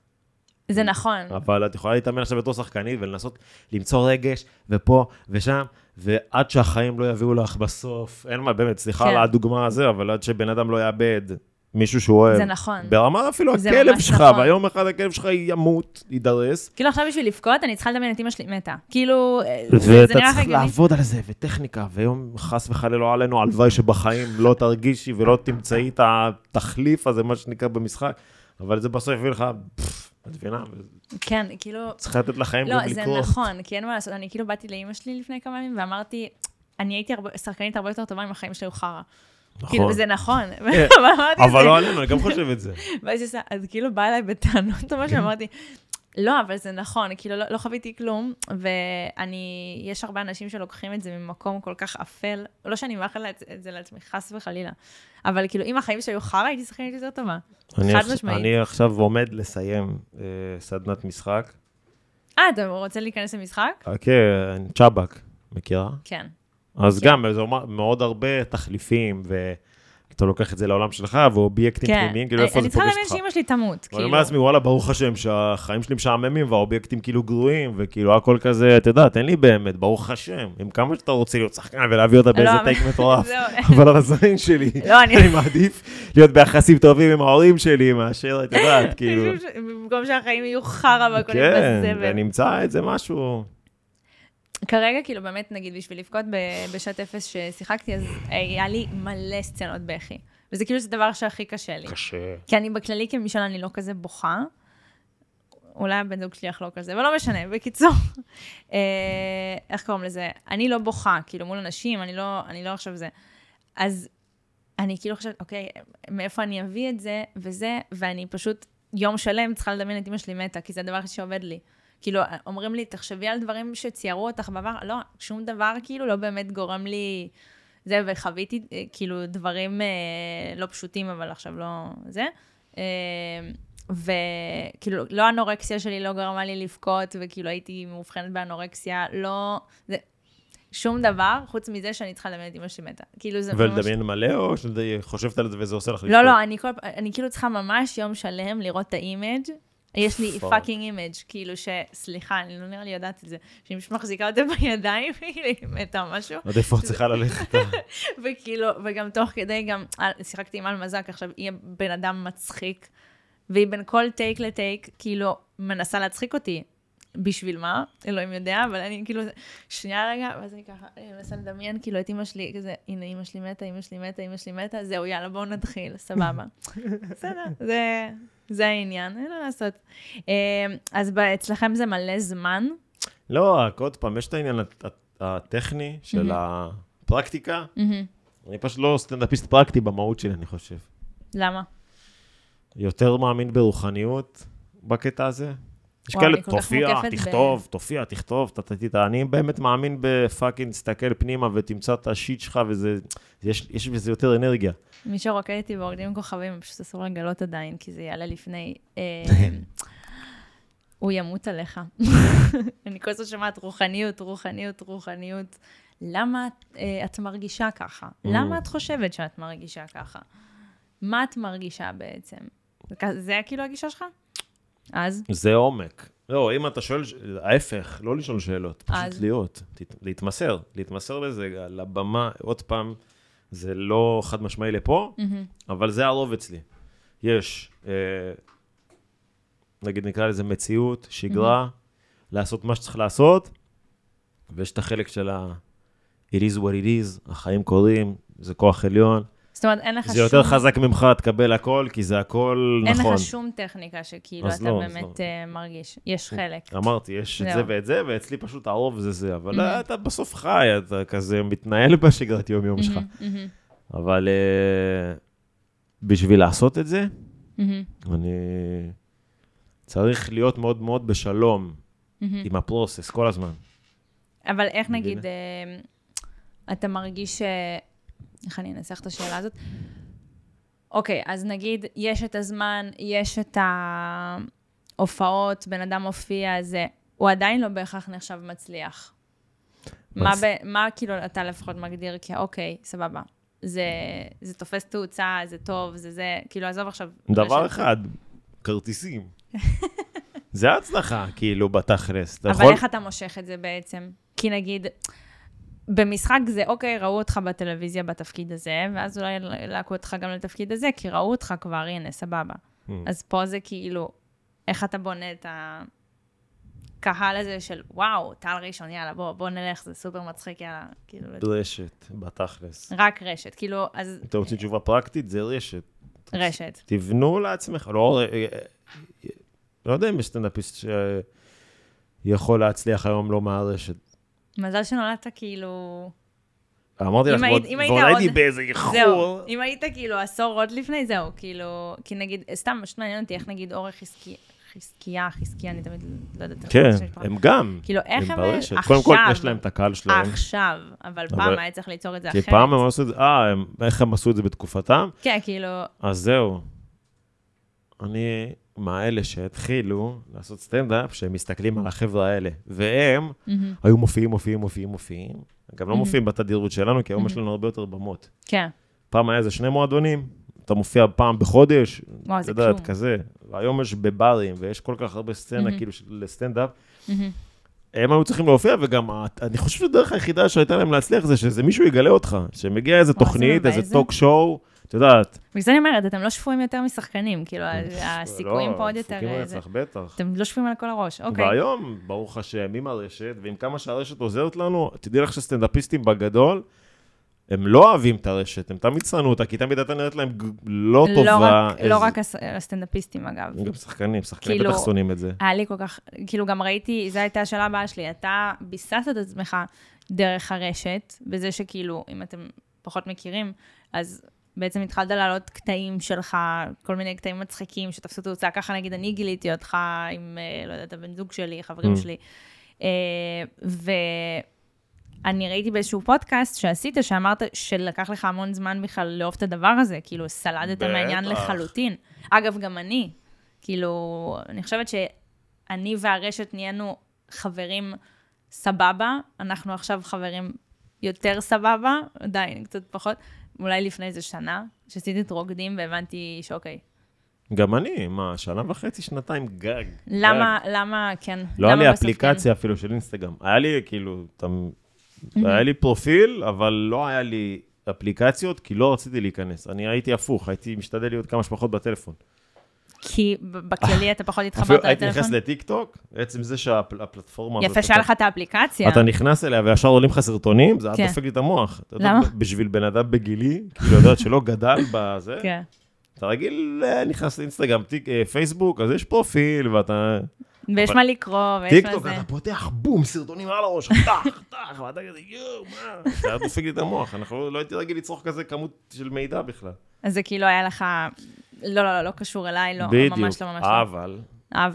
זה נכון. אבל את יכולה להתאמן עכשיו בתור שחקנית, ולנסות למצוא רגש, ופה ושם, ועד שהחיים לא יביאו לך בסוף, אין מה, באמת, סליחה על הדוגמה הזה, אבל עד שבן אדם לא יאבד מישהו שהוא אוהב. זה נכון. ברמה אפילו הכלב שלך, והיום אחד הכלב שלך ימות, יידרס. כאילו עכשיו בשביל לבכות, אני צריכה לדמיין את אמא שלי מתה. כאילו, ואתה צריך לעבוד על זה, וטכניקה, ויום חס וחלילה לא עלינו, הלוואי שבחיים לא תרגישי ולא תמצאי את התחליף הזה, מה שנקרא במשחק, אבל זה בסוף יביא לך, את מבינה? כן, כאילו... צריך לתת לחיים גם לקרות. לא, זה נכון, כי אין מה לעשות. אני כאילו באתי לאמא שלי לפני כמה ימים, ואמרתי, אני הייתי שחקנית הרבה יותר טובה עם החיים שלי חרא. כאילו, זה נכון. אבל לא עלינו, אני גם חושב את זה. אז כאילו בא אליי בטענות או משהו, אמרתי, לא, אבל זה נכון, כאילו לא חוויתי כלום, ואני, יש הרבה אנשים שלוקחים את זה ממקום כל כך אפל, לא שאני מאחלה את זה לעצמי, חס וחלילה, אבל כאילו, אם החיים שהיו חרא, הייתי שחקנית יותר טובה. חד משמעית. אני עכשיו עומד לסיים סדנת משחק. אה, אתה רוצה להיכנס למשחק? כן, צ'אבק, מכירה? כן. אז גם, זה מאוד הרבה תחליפים, ואתה לוקח את זה לעולם שלך, ואובייקטים פנימיים, כאילו איפה זה פוגש אותך. אני צריכה להבין שאמא שלי תמות, כאילו. אני אומר לעצמי, וואלה, ברוך השם, שהחיים שלי משעממים, והאובייקטים כאילו גרועים, וכאילו הכל כזה, אתה יודע, תן לי באמת, ברוך השם, עם כמה שאתה רוצה להיות שחקן, ולהביא אותה באיזה טייק מטורף, אבל על הזין שלי, אני מעדיף להיות ביחסים טובים עם ההורים שלי, מאשר, אתה יודעת, כאילו. במקום שהחיים יהיו חרא והכל כן, ונמצא את זה משהו. כרגע, כאילו, באמת, נגיד, בשביל לבכות בשעת אפס ששיחקתי, אז היה לי מלא סצנות בכי. וזה כאילו, זה דבר שהכי קשה לי. קשה. כי אני בכללי, כמשל, אני לא כזה בוכה. אולי הבן זוג שלי יחלוק על זה, אבל לא משנה, בקיצור. איך קוראים לזה? אני לא בוכה, כאילו, מול אנשים, אני לא, אני לא עכשיו זה. אז אני כאילו חושבת, אוקיי, מאיפה אני אביא את זה, וזה, ואני פשוט יום שלם צריכה לדמיין את אמא שלי מתה, כי זה הדבר שעובד לי. כאילו, אומרים לי, תחשבי על דברים שציירו אותך בעבר, לא, שום דבר כאילו לא באמת גורם לי, זה, וחוויתי כאילו דברים אה, לא פשוטים, אבל עכשיו לא זה, אה, וכאילו, לא האנורקסיה שלי לא גרמה לי לבכות, וכאילו הייתי מאובחנת באנורקסיה, לא, זה, שום דבר, חוץ מזה שאני צריכה לדמיין את אמא שלי מתה. כאילו זה ממש... ולדמיין מלא, או שאני חושבת על זה וזה עושה לך לבכות? לא, לא, אני, כל, אני כאילו צריכה ממש יום שלם לראות את האימג', יש לי פאקינג אימג', כאילו ש... סליחה, אני לא נראה לי יודעת את זה, שאני פשוט מחזיקה אותה בידיים, והיא מתה משהו. עוד איפה צריכה ללכת. וכאילו, וגם תוך כדי, גם שיחקתי עם על מזק, עכשיו היא בן אדם מצחיק, והיא בין כל טייק לטייק, כאילו, מנסה להצחיק אותי. בשביל מה? אלוהים יודע, אבל אני כאילו, שנייה רגע, ואז אני ככה, אני מנסה לדמיין, כאילו, את אמא שלי, כזה, הנה, אמא שלי מתה, אמא שלי מתה, אמא שלי מתה, זהו, יאללה, בואו נתחיל, סבבה. בסדר, זה... זה העניין, אין מה לעשות. אז אצלכם זה מלא זמן? לא, עוד פעם, יש את העניין הטכני של הפרקטיקה. אני פשוט לא סטנדאפיסט פרקטי במהות שלי, אני חושב. למה? יותר מאמין ברוחניות בקטע הזה. יש כאלה, תופיע, תכתוב, תופיע, תכתוב, אני באמת מאמין בפאקינג, תסתכל פנימה ותמצא את השיט שלך, ויש בזה יותר אנרגיה. מי שרוקד איתי ורוקדים עם כוכבים, פשוט אסור לגלות עדיין, כי זה יעלה לפני. הוא ימות עליך. אני כל הזמן שומעת רוחניות, רוחניות, רוחניות. למה את מרגישה ככה? למה את חושבת שאת מרגישה ככה? מה את מרגישה בעצם? זה כאילו הגישה שלך? אז? זה עומק. לא, אם אתה שואל, ההפך, לא לשאול שאלות, פשוט להיות, להתמסר, להתמסר בזה, לבמה, עוד פעם, זה לא חד משמעי לפה, אבל זה הרוב אצלי. יש, נגיד נקרא לזה מציאות, שגרה, לעשות מה שצריך לעשות, ויש את החלק של ה- it is what it is, החיים קורים, זה כוח עליון. זאת אומרת, אין לך שום... זה יותר חזק ממך, תקבל הכל, כי זה הכל נכון. אין לך שום טכניקה שכאילו אתה לא, באמת לא. מרגיש. יש חלק. אמרתי, יש את זה ואת זה, ואצלי פשוט הרוב זה זה, אבל mm-hmm. אתה בסוף חי, אתה כזה מתנהל בשגרת יום-יום mm-hmm, שלך. Mm-hmm. אבל uh, בשביל לעשות את זה, mm-hmm. אני צריך להיות מאוד מאוד בשלום mm-hmm. עם הפרוסס כל הזמן. אבל איך נגיד, uh, אתה מרגיש... Uh, איך אני אנסח את השאלה הזאת? אוקיי, אז נגיד, יש את הזמן, יש את ההופעות, בן אדם מופיע, זה, הוא עדיין לא בהכרח נחשב מצליח. מה, ב, מה כאילו אתה לפחות מגדיר כי, אוקיי, סבבה, זה, זה תופס תאוצה, זה טוב, זה זה, כאילו, עזוב עכשיו. דבר אחד, כרטיסים. זה הצלחה, כאילו, בתכלס. אבל יכול... איך אתה מושך את זה בעצם? כי נגיד... במשחק זה, אוקיי, ראו אותך בטלוויזיה בתפקיד הזה, ואז אולי להקו אותך גם לתפקיד הזה, כי ראו אותך כבר, הנה, סבבה. Mm. אז פה זה כאילו, איך אתה בונה את הקהל הזה של, וואו, טל ראשון, יאללה, בוא, בוא נלך, זה סופר מצחיק, יאללה. כאילו, רשת, בתכלס. רק רשת, כאילו, אז... אתה רוצה תשובה פרקטית? זה רשת. רשת. תבנו לעצמך, לא, לא יודע אם יש סטנדאפיסט שיכול להצליח היום לא מהרשת. מזל שנולדת כאילו... אמרתי לך, ועולדתי באיזה איחור. זהו, אם היית כאילו עשור עוד לפני, זהו, כאילו, כי נגיד, סתם, מעניין אותי איך נגיד אורך חזקיה, חזקיה, אני תמיד לא יודעת. כן, הם גם. כאילו, איך הם עכשיו... קודם כל, יש להם את הקהל שלהם. עכשיו, אבל פעם היה צריך ליצור את זה אחרת. כי פעם הם עשו את זה, אה, איך הם עשו את זה בתקופתם? כן, כאילו... אז זהו. אני... מהאלה שהתחילו לעשות סטנדאפ, שהם מסתכלים על החבר'ה האלה, והם היו מופיעים, מופיעים, מופיעים, מופיעים. גם לא מופיעים בתדירות שלנו, כי היום יש לנו הרבה יותר במות. כן. פעם היה איזה שני מועדונים, אתה מופיע פעם בחודש, וואו, זה כלום. כזה. והיום יש בברים, ויש כל כך הרבה סצנה כאילו לסטנדאפ. הם היו צריכים להופיע, וגם אני חושב שדרך היחידה שהייתה להם להצליח זה שזה מישהו יגלה אותך, שמגיע איזה תוכנית, איזה טוק שואו, את יודעת. בגלל זה אני אומרת, אתם לא שפויים יותר משחקנים, כאילו, הסיכויים פה עוד יותר... לא, דפוקים רצח, בטח. אתם לא שפויים על כל הראש, אוקיי. והיום, ברוך השם, עם הרשת, ועם כמה שהרשת עוזרת לנו, תדעי לך שסטנדאפיסטים בגדול, הם לא אוהבים את הרשת, הם תמיד צרנו אותה, כי תמיד אתה נראית להם לא טובה. לא רק הסטנדאפיסטים, אגב. גם שחקנים, שחקנים בטח שונאים את זה. היה לי כל כך, כאילו גם ראיתי, זו הייתה השאלה הבאה שלי, אתה ביססת את עצמך דרך הרשת, בזה שכאילו, אם אתם פחות מכירים, אז בעצם התחלת לעלות קטעים שלך, כל מיני קטעים מצחיקים שתפסו תאוצה, ככה נגיד אני גיליתי אותך עם, לא יודעת, הבן זוג שלי, חברים שלי, ואני ראיתי באיזשהו פודקאסט שעשית, שאמרת שלקח לך המון זמן בכלל לאהוב את הדבר הזה, כאילו סלדת מהעניין לחלוטין. אגב, גם אני, כאילו, אני חושבת שאני והרשת נהיינו חברים סבבה, אנחנו עכשיו חברים יותר סבבה, עדיין קצת פחות, אולי לפני איזה שנה, שעשיתי את רוקדים והבנתי שאוקיי. גם אני, מה, שנה וחצי, שנתיים גג. למה, למה, כן. לא היה לי אפליקציה אפילו של אינסטגרם. היה לי כאילו, היה לי פרופיל, אבל לא היה לי אפליקציות, כי לא רציתי להיכנס. אני הייתי הפוך, הייתי משתדל להיות כמה שפחות בטלפון. כי בכללי אתה פחות התחברת לטלפון? הייתי נכנס לטיק-טוק, בעצם זה שהפלטפורמה הזאת... יפה שהיה לך את האפליקציה. אתה נכנס אליה וישר עולים לך סרטונים, זה היה דופק לי את המוח. למה? בשביל בן אדם בגילי, כאילו יודעת שלא גדל בזה. כן. אתה רגיל, נכנס לאינסטגרם, פייסבוק, אז יש פרופיל ואתה... ויש מה לקרוא, ויש מה זה. טיקטוק, אתה פותח בום, סרטונים על הראש, טח, טח, ואתה כזה, יואו, מה? זה היה דופק לי את המוח, אנחנו לא הייתי רגיל לצרוך כזה כמות של מידע בכלל. אז זה כאילו היה לך... לא, לא, לא, לא קשור אליי, לא, ממש לא, ממש לא. אבל, אבל,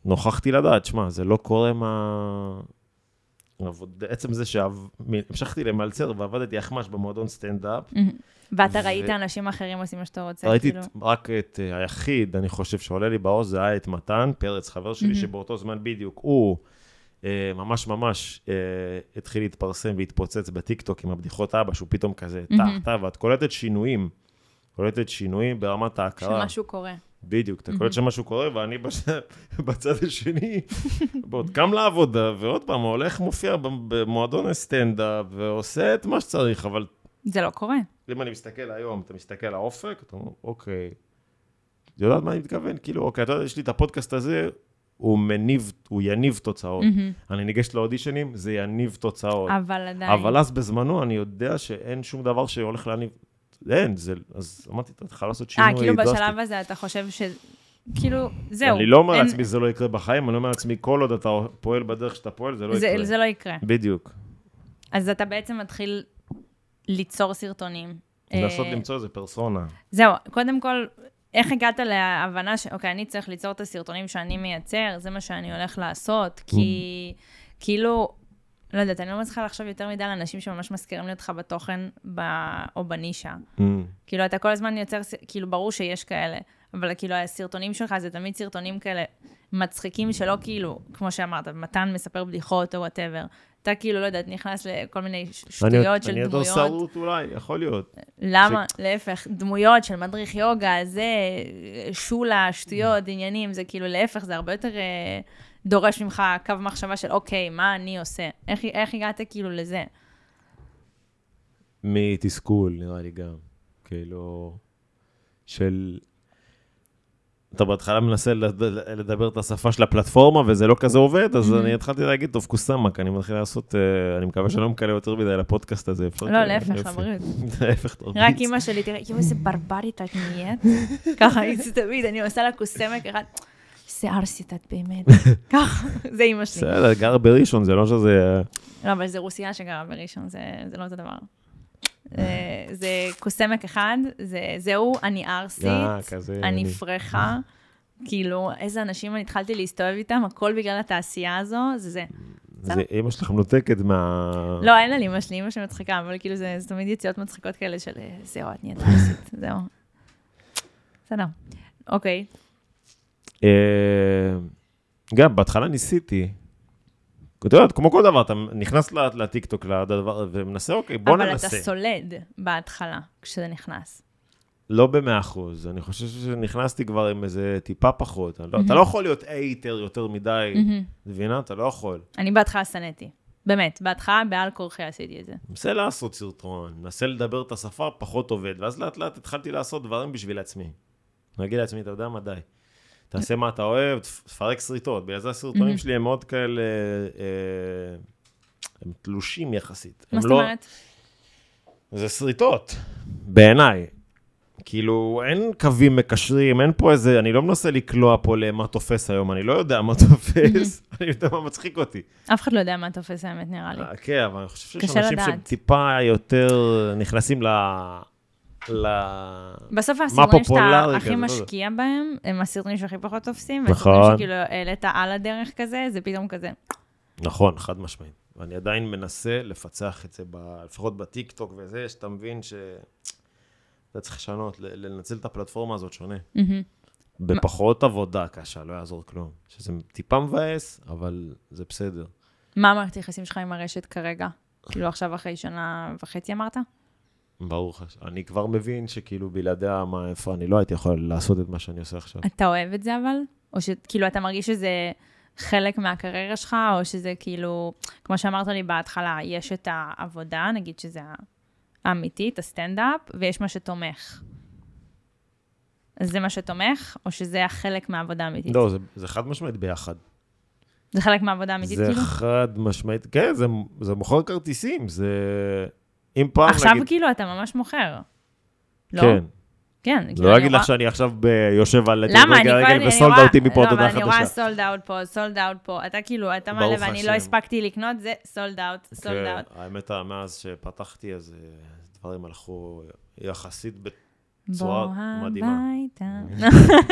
נוכחתי לדעת, שמה, זה לא קורה מה... עצם זה שהמשכתי למלצר ועבדתי אחמש במועדון סטנדאפ. ואתה ראית אנשים אחרים עושים מה שאתה רוצה? ראיתי רק את היחיד, אני חושב שעולה לי באוז, זה היה את מתן, פרץ, חבר שלי, שבאותו זמן בדיוק הוא ממש ממש התחיל להתפרסם והתפוצץ בטיקטוק עם הבדיחות אבא, שהוא פתאום כזה תחתה, ואת קולטת שינויים, קולטת שינויים ברמת ההכרה. שמשהו קורה. בדיוק, אתה קולט שמשהו קורה, ואני בצד השני, עוד קם לעבודה, ועוד פעם, הולך מופיע במועדון הסטנדאפ, ועושה את מה שצריך, אבל... זה לא קורה. אם אני מסתכל היום, אתה מסתכל לאופק, אתה אומר, אוקיי, אתה יודעת מה אני מתכוון? כאילו, אוקיי, אתה יודע, יש לי את הפודקאסט הזה, הוא מניב, הוא יניב תוצאות. אני ניגש לאודישנים, זה יניב תוצאות. אבל עדיין. אבל אז בזמנו, אני יודע שאין שום דבר שהולך להניב... אין, זה, אז אמרתי, אתה צריך לעשות שינוי. אה, כאילו בשלב הזה אתה חושב ש... כאילו, זהו. אני לא אומר לעצמי, זה לא יקרה בחיים, אני אומר לעצמי, כל עוד אתה פועל בדרך שאתה פועל, זה לא יקרה. זה לא יקרה. בדיוק. אז אתה בעצם מתחיל ליצור סרטונים. לנסות למצוא איזה פרסונה. זהו, קודם כל, איך הגעת להבנה ש... אוקיי, אני צריך ליצור את הסרטונים שאני מייצר, זה מה שאני הולך לעשות, כי כאילו... לא יודעת, אני לא מצליחה לחשוב יותר מדי על אנשים שממש מזכירים אותך בתוכן או בנישה. כאילו, אתה כל הזמן יוצר, כאילו, ברור שיש כאלה, אבל כאילו, הסרטונים שלך זה תמיד סרטונים כאלה מצחיקים שלא כאילו, כמו שאמרת, מתן מספר בדיחות או whatever. אתה כאילו, לא יודעת, נכנס לכל מיני שטויות של דמויות. אני יותר סרוט אולי, יכול להיות. למה? להפך, דמויות של מדריך יוגה, זה שולה, שטויות, עניינים, זה כאילו, להפך, זה הרבה יותר... דורש ממך קו מחשבה של, אוקיי, מה אני עושה? איך, איך הגעת כאילו לזה? מתסכול, נראה לי גם. כאילו, של... אתה בהתחלה מנסה לדבר את השפה של הפלטפורמה, וזה לא כזה עובד, אז אני התחלתי להגיד, טוב, קוסמק, אני מתחיל לעשות, אני מקווה שאני לא מקלה יותר מדי לפודקאסט הזה. לא, להפך, לבריאות. להפך, תרביץ. רק אמא שלי, תראה, יו, איזה ברברית את נהיית. ככה, תמיד, אני עושה לה קוסמק אחד. זה ארסית, את באמת. ככה, זה אמא שלי. בסדר, גרה בראשון, זה לא שזה... לא, אבל זה רוסיה שגרה בראשון, זה לא אותו דבר. זה קוסמק אחד, זהו, אני ארסית, אני פרחה, כאילו, איזה אנשים אני התחלתי להסתובב איתם, הכל בגלל התעשייה הזו, זה זה. זה אמא שלך מנותקת מה... לא, אין לי אמא שלי, אמא שמצחיקה, אבל כאילו זה תמיד יציאות מצחיקות כאלה של, זהו, את נהיית ארסית, זהו. בסדר, אוקיי. גם, בהתחלה ניסיתי, אתה יודע, כמו כל דבר, אתה נכנס לטיקטוק לדבר, ומנסה, אוקיי, בוא ננסה. אבל אתה סולד בהתחלה, כשזה נכנס. לא במאה אחוז, אני חושב שנכנסתי כבר עם איזה טיפה פחות, אתה לא יכול להיות אייטר יותר מדי, מבינה? אתה לא יכול. אני בהתחלה סנתי, באמת, בהתחלה בעל כורחי עשיתי את זה. מנסה לעשות סרטון, מנסה לדבר את השפה, פחות עובד, ואז לאט לאט התחלתי לעשות דברים בשביל עצמי. נגיד לעצמי, אתה יודע מה די. תעשה מה אתה אוהב, תפרק סריטות. בגלל זה הסרטונים שלי הם מאוד כאלה, הם תלושים יחסית. מה זאת אומרת? זה סריטות, בעיניי. כאילו, אין קווים מקשרים, אין פה איזה, אני לא מנסה לקלוע פה למה תופס היום, אני לא יודע מה תופס, אני יודע מה מצחיק אותי. אף אחד לא יודע מה תופס האמת, נראה לי. כן, אבל אני חושב שיש אנשים שטיפה יותר נכנסים ל... בסוף הסרטונים שאתה הכי משקיע בהם, הם הסרטונים שהכי פחות תופסים, והסרטונים שכאילו העלית על הדרך כזה, זה פתאום כזה. נכון, חד משמעית. ואני עדיין מנסה לפצח את זה, לפחות בטיק-טוק וזה, שאתה מבין שאתה צריך לשנות, לנצל את הפלטפורמה הזאת שונה. בפחות עבודה קשה, לא יעזור כלום. שזה טיפה מבאס, אבל זה בסדר. מה מערכת היחסים שלך עם הרשת כרגע? כאילו עכשיו אחרי שנה וחצי אמרת? ברור לך, אני כבר מבין שכאילו בלעדיה מה איפה, אני לא הייתי יכול לעשות את מה שאני עושה עכשיו. אתה אוהב את זה אבל? או שכאילו אתה מרגיש שזה חלק מהקריירה שלך, או שזה כאילו, כמו שאמרת לי בהתחלה, יש את העבודה, נגיד שזה האמיתית, הסטנדאפ, ויש מה שתומך. אז זה מה שתומך, או שזה החלק מהעבודה האמיתית? לא, זה, זה חד משמעית ביחד. זה חלק מהעבודה האמיתית כאילו? זה חד משמעית, כן, זה, זה מוכר כרטיסים, זה... אם פעם עכשיו נגיד... כאילו אתה ממש מוכר. לא? כן. כן. לא אגיד לך שאני עכשיו יושב על... למה? אני רגל וסולד אאוטים מפה עוד חדשה. אני רואה סולד אאוט פה, סולד אאוט פה. אתה כאילו, אתה מעלה ואני לא הספקתי לקנות, זה סולד אאוט, סולד אאוט. האמת, מאז שפתחתי, אז דברים הלכו יחסית צורה מדהימה. בוא הביתה.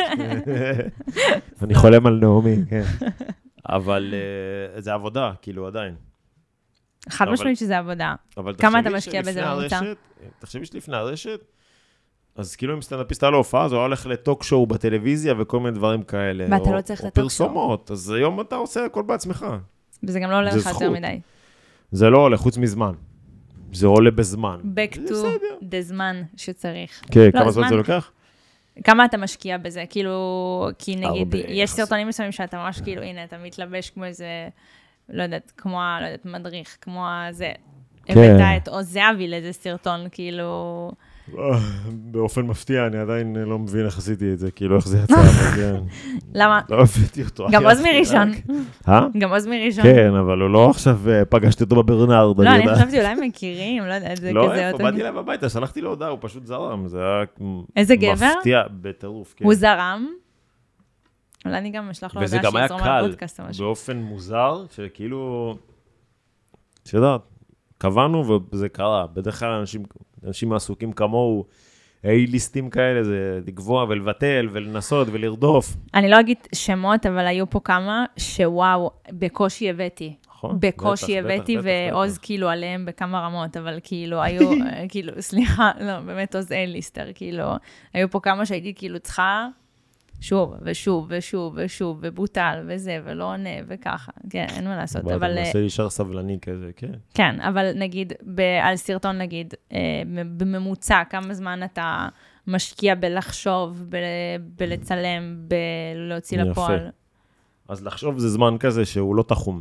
אני חולם על נעמי, כן. אבל זה עבודה, כאילו עדיין. חד משמעית שזה עבודה. כמה אתה משקיע בזה בממוצע? תחשבי שלפני הרשת, אז כאילו אם סטנדאפיסט היה לו הופעה, אז הוא הולך לטוק שואו בטלוויזיה וכל מיני דברים כאלה. ואתה לא צריך לטוק שואו. או פרסומות, אז היום אתה עושה הכל בעצמך. וזה גם לא עולה לך יותר מדי. זה לא עולה, חוץ מזמן. זה עולה בזמן. back to the זמן שצריך. כן, כמה זמן זה לוקח? כמה אתה משקיע בזה? כאילו, כי נגיד, יש סרטונים מסוימים שאתה ממש כאילו, הנה, אתה מתלבש כמו איזה, לא יודעת, כמו, לא יודעת, מדריך, כמו זה. הבאת את עוז זהבי לאיזה סרטון, כאילו... באופן מפתיע, אני עדיין לא מבין איך עשיתי את זה, כאילו איך זה יצא. למה? לא הבאתי אותו. גם עוז מראשון. אה? גם עוז מראשון. כן, אבל הוא לא עכשיו פגשתי אותו בברנרד. לא, אני חשבתי אולי מכירים, לא יודעת, זה כזה... לא, איפה, באתי אליו הביתה, שלחתי לו הודעה, הוא פשוט זרם, זה היה איזה גבר? מפתיע בטירוף. הוא זרם? אולי אני גם אשלח לו הודעה שיזרום על פודקאסט או משהו. וזה גם היה קל, באופן מוזר, שכאילו... שיודעת, קבענו וזה קרה. בדרך כלל אנשים, אנשים מעסוקים כמוהו, איי-ליסטים כאלה, זה לקבוע ולבטל ולנסות ולרדוף. אני לא אגיד שמות, אבל היו פה כמה שוואו, בקושי הבאתי. נכון. בקושי הבאתי, ועוז כאילו עליהם בכמה רמות, אבל כאילו היו, כאילו, סליחה, לא, באמת עוז איי-ליסטר, כאילו, היו פה כמה שהייתי כאילו צריכה... שוב, ושוב, ושוב, ושוב, ובוטל, וזה, ולא עונה, וככה. כן, אין מה לעשות, אבל... אתה מנסה להישאר סבלני כזה, כן. כן, אבל נגיד, על סרטון נגיד, בממוצע, כמה זמן אתה משקיע בלחשוב, בלצלם, בלהוציא לפועל? אז לחשוב זה זמן כזה שהוא לא תחום.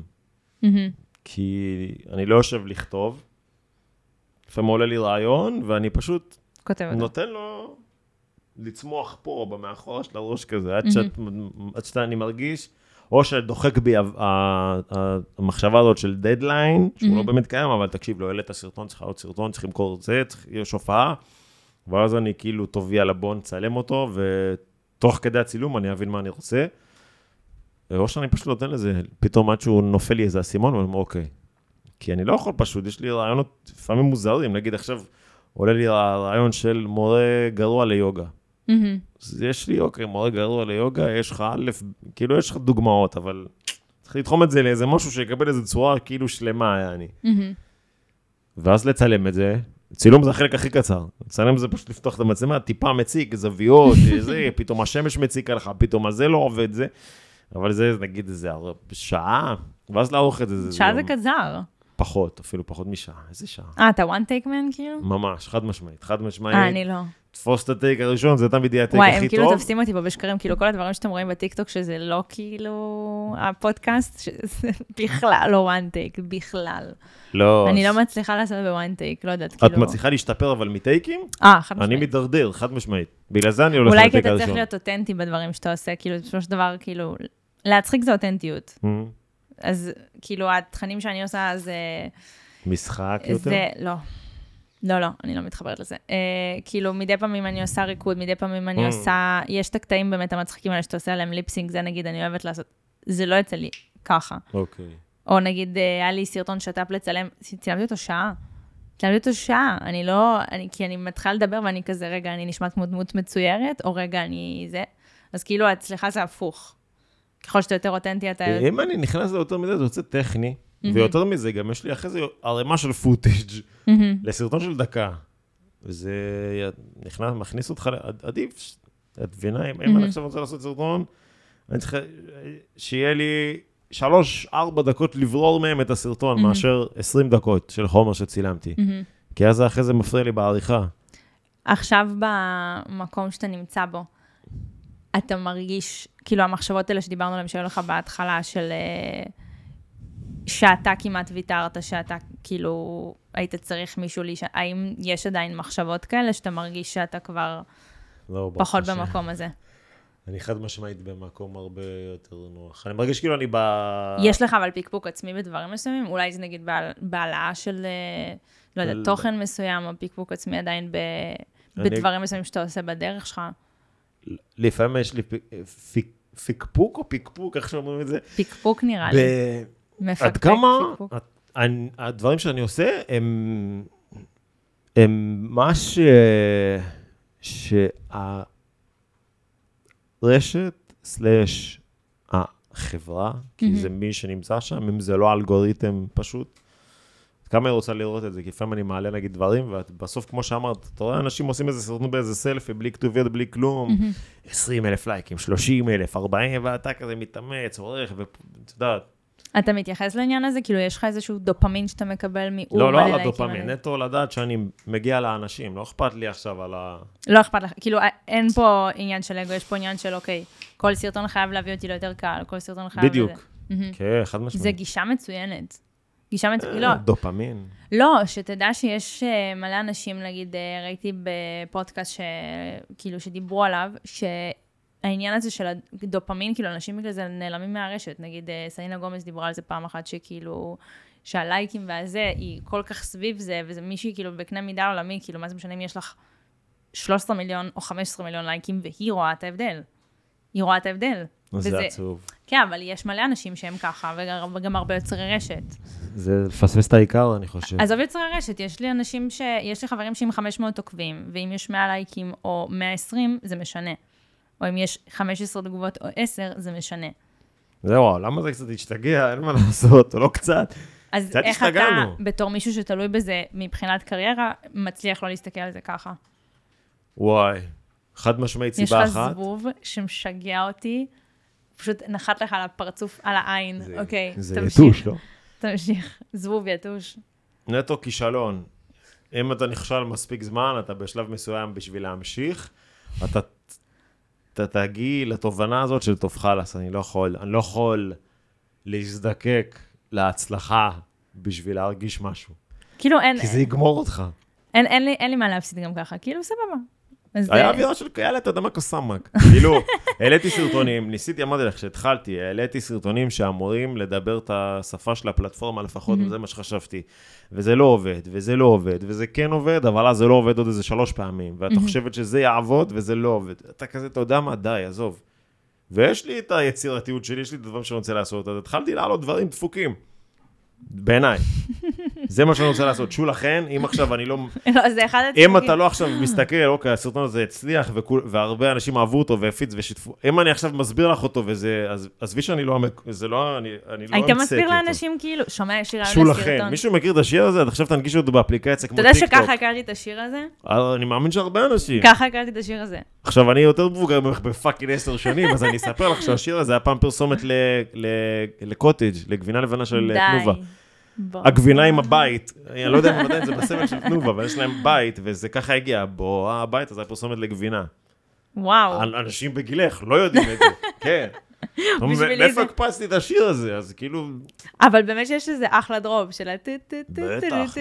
כי אני לא יושב לכתוב, לפעמים עולה לי רעיון, ואני פשוט נותן לו... לצמוח פה, במאחורה של הראש כזה, עד שאני מרגיש, או שדוחק בי המחשבה הזאת של דדליין, שהוא לא באמת קיים, אבל תקשיב, לא, אלה את הסרטון, צריך עוד סרטון, צריך למכור את זה, יש הופעה, ואז אני כאילו תובי על הבון, צלם אותו, ותוך כדי הצילום אני אבין מה אני רוצה, או שאני פשוט נותן לזה, פתאום עד שהוא נופל לי איזה אסימון, ואני אומר, אוקיי, כי אני לא יכול פשוט, יש לי רעיונות לפעמים מוזרים, נגיד עכשיו, עולה לי רעיון של מורה גרוע ליוגה. אז יש לי, אוקיי, מורה גרוע ליוגה, יש לך א', כאילו יש לך דוגמאות, אבל צריך לתחום את זה לאיזה משהו שיקבל איזו צורה כאילו שלמה, יעני. ואז לצלם את זה, צילום זה החלק הכי קצר. לצלם זה פשוט לפתוח את המצלמה, טיפה מציק, זוויות, זה, פתאום השמש מציקה לך, פתאום הזה לא עובד זה, אבל זה, נגיד, זה שעה, ואז לערוך את זה. שעה זה קצר. פחות, אפילו פחות משעה. איזה שעה? אה, אתה one take man כאילו? ממש, חד משמעית, חד משמעית. אה, אני לא. תפוס את הטייק הראשון, זה תמיד יהיה הטייק הכי טוב. וואי, הם כאילו תופסים אותי פה בשקרים, כאילו כל הדברים שאתם רואים בטיקטוק, שזה לא כאילו הפודקאסט, שזה בכלל לא one take, בכלל. לא. אני לא מצליחה לעשות ב-one take, לא יודעת, כאילו... את מצליחה להשתפר אבל מטייקים? אה, חד משמעית. אני מדרדר, חד משמעית. בגלל זה אני הולך לטייק הראשון. הראשון. אולי כי אתה צריך להיות אותנטי בדברים שאתה עושה, כאילו, בסופו של דבר, כאילו, להצחיק זה אותנטיות. אז כאילו, התכנים שאני עושה, זה... משחק יותר? זה, לא. לא, לא, אני לא מתחברת לזה. אה, כאילו, מדי פעמים אני עושה ריקוד, מדי פעמים אני עושה, יש את הקטעים באמת המצחיקים האלה שאתה עושה עליהם ליפסינג, זה נגיד, אני אוהבת לעשות, זה לא יצא לי ככה. אוקיי. או נגיד, היה לי סרטון שטאפ לצלם, צילמתי אותו שעה. צילמתי אותו שעה, אני לא, אני, כי אני מתחילה לדבר ואני כזה, רגע, אני נשמעת כמו דמות מצוירת, או רגע, אני זה. אז כאילו, אצלך זה הפוך. ככל שאתה יותר אותנטי, אתה... אם אני נכנס ליותר מזה, זה יוצא טכני. ויותר מזה, גם יש לי אחרי זה ערימה של פוטאג' לסרטון של דקה. וזה נכנס, מכניס אותך, עדיף, את מבינה, אם אני עכשיו רוצה לעשות סרטון, אני צריך שיהיה לי שלוש, ארבע דקות לברור מהם את הסרטון, מאשר עשרים דקות של חומר שצילמתי. כי אז אחרי זה מפריע לי בעריכה. עכשיו במקום שאתה נמצא בו, אתה מרגיש, כאילו המחשבות האלה שדיברנו עליהם שהיו לך בהתחלה של... שאתה כמעט ויתרת, שאתה כאילו היית צריך מישהו להישאר, האם יש עדיין מחשבות כאלה שאתה מרגיש שאתה כבר לא, פחות ש... במקום הזה? אני חד משמעית במקום הרבה יותר נוח. אני מרגיש כאילו אני ב... יש לך אבל פיקפוק עצמי בדברים מסוימים? אולי זה נגיד בעל... בהעלאה של, לא יודע, תוכן מסוים, או פיקפוק עצמי עדיין ב... אני... בדברים מסוימים שאתה עושה בדרך שלך? לפעמים יש לי פיק... פיקפוק או פיקפוק, איך שאומרים את זה? פיקפוק נראה לי. עד כמה הדברים שאני עושה הם, הם מה ש... שהרשת סלש החברה, כי זה מי שנמצא שם, אם זה לא אלגוריתם פשוט, כמה היא רוצה לראות את זה, כי לפעמים אני מעלה נגיד דברים, ובסוף כמו שאמרת, אתה רואה אנשים עושים איזה סרטון באיזה סלפי, בלי כתוביות, בלי כלום, עשרים אלף לייקים, שלושים אלף, ארבעים, ואתה כזה מתאמץ, עורך, ואתה יודעת. אתה מתייחס לעניין הזה? כאילו, יש לך איזשהו דופמין שאתה מקבל מאור? לא, לא על הדופמין, נטו לדעת שאני מגיע לאנשים, לא אכפת לי עכשיו על ה... לא אכפת לך, כאילו, אין פה עניין של אגו, יש פה עניין של, אוקיי, כל סרטון חייב להביא אותי ליותר קל, כל סרטון חייב... בדיוק. כן, חד משמעית. זה גישה מצוינת. גישה מצוינת, לא. דופמין. לא, שתדע שיש מלא אנשים, נגיד, ראיתי בפודקאסט שכאילו שדיברו עליו, שהעניין הזה של הדופמין, כאילו אנשים בגלל זה נעלמים מהרשת, נגיד סלינה גומז דיברה על זה פעם אחת, שכאילו, שהלייקים והזה, היא כל כך סביב זה, וזה מישהי כאילו בקנה מידה עולמי, כאילו מה זה משנה אם יש לך שלושה עשר מיליון או חמישה עשר מיליון לייקים, והיא רואה את ההבדל. היא רואה את ההבדל. זה עצוב. כן, אבל יש מלא אנשים שהם ככה, וגם הרבה יוצרי רשת. זה לפספס את העיקר, אני חושב. אז יוצרי רשת, יש לי אנשים ש... יש לי חברים שעם חמש מאות עוקבים, ואם יש מאה לייקים או מאה ועשרים, זה משנה. או אם יש חמש עשרה תגובות או עשר, זה משנה. זהו, למה זה קצת השתגע? אין מה לעשות, או לא קצת. אז קצת איך השתגענו. אתה, בתור מישהו שתלוי בזה מבחינת קריירה, מצליח לא להסתכל על זה ככה? וואי, חד משמעית סיבה אחת. יש לך זבוב שמשגע אותי, פשוט נחת לך על הפרצוף, על העין. זה, אוקיי, זה תמשיך. יתוש, לא? תמשיך, זבוב יתוש. נטו כישלון. אם אתה נכשל מספיק זמן, אתה בשלב מסוים בשביל להמשיך, אתה, אתה תגיע לתובנה הזאת של טוב חלס, אני לא יכול, אני לא יכול להזדקק להצלחה בשביל להרגיש משהו. כאילו אין... כי זה יגמור אותך. אין, אין, לי, אין לי מה להפסיד גם ככה, כאילו סבבה. היה אווירה של כאלה, אתה יודע מה קוסמק. כאילו, העליתי סרטונים, ניסיתי, אמרתי לך, כשהתחלתי, העליתי סרטונים שאמורים לדבר את השפה של הפלטפורמה, לפחות, וזה מה שחשבתי. וזה לא עובד, וזה לא עובד, וזה כן עובד, אבל אז זה לא עובד עוד איזה שלוש פעמים, ואתה חושבת שזה יעבוד, וזה לא עובד. אתה כזה, אתה יודע מה, די, עזוב. ויש לי את היצירתיות שלי, יש לי את הדברים שאני רוצה לעשות, אז התחלתי לעלות דברים דפוקים. בעיניי. זה מה שאני רוצה לעשות. שו לכן, אם עכשיו אני לא... לא, זה אחד אם אתה לא עכשיו מסתכל, אוקיי, הסרטון הזה הצליח, והרבה אנשים אהבו אותו והפיץ ושיתפו. אם אני עכשיו מסביר לך אותו, וזה, אז עזבי שאני לא... זה לא... אני לא המצאתי אותו. היית מסביר לאנשים כאילו, שומע שיר על הסרטון. שו לכן. מישהו מכיר את השיר הזה? עד עכשיו תנגיש אותו באפליקציה כמו טיקטוק. אתה יודע טיקטוק. שככה הכרתי את השיר הזה? אני מאמין שהרבה אנשים. ככה הכרתי את השיר הזה. עכשיו, אני יותר מבוגר ממך בפאקינג עשר שנים, אז אני אספר לך שהשיר הזה היה פעם פרסומת לקוטג', לגבינה לבנה של תנובה. הגבינה עם הבית, אני לא יודע אם עדיין זה בסמל של תנובה, אבל יש להם בית, וזה ככה הגיע, בוא, הבית הזה היה פרסומת לגבינה. וואו. אנשים בגילך, לא יודעים את זה, כן. מאיפה הקפצתי את השיר הזה, אז כאילו... אבל באמת שיש איזה אחלה דרוב של ה... בטח.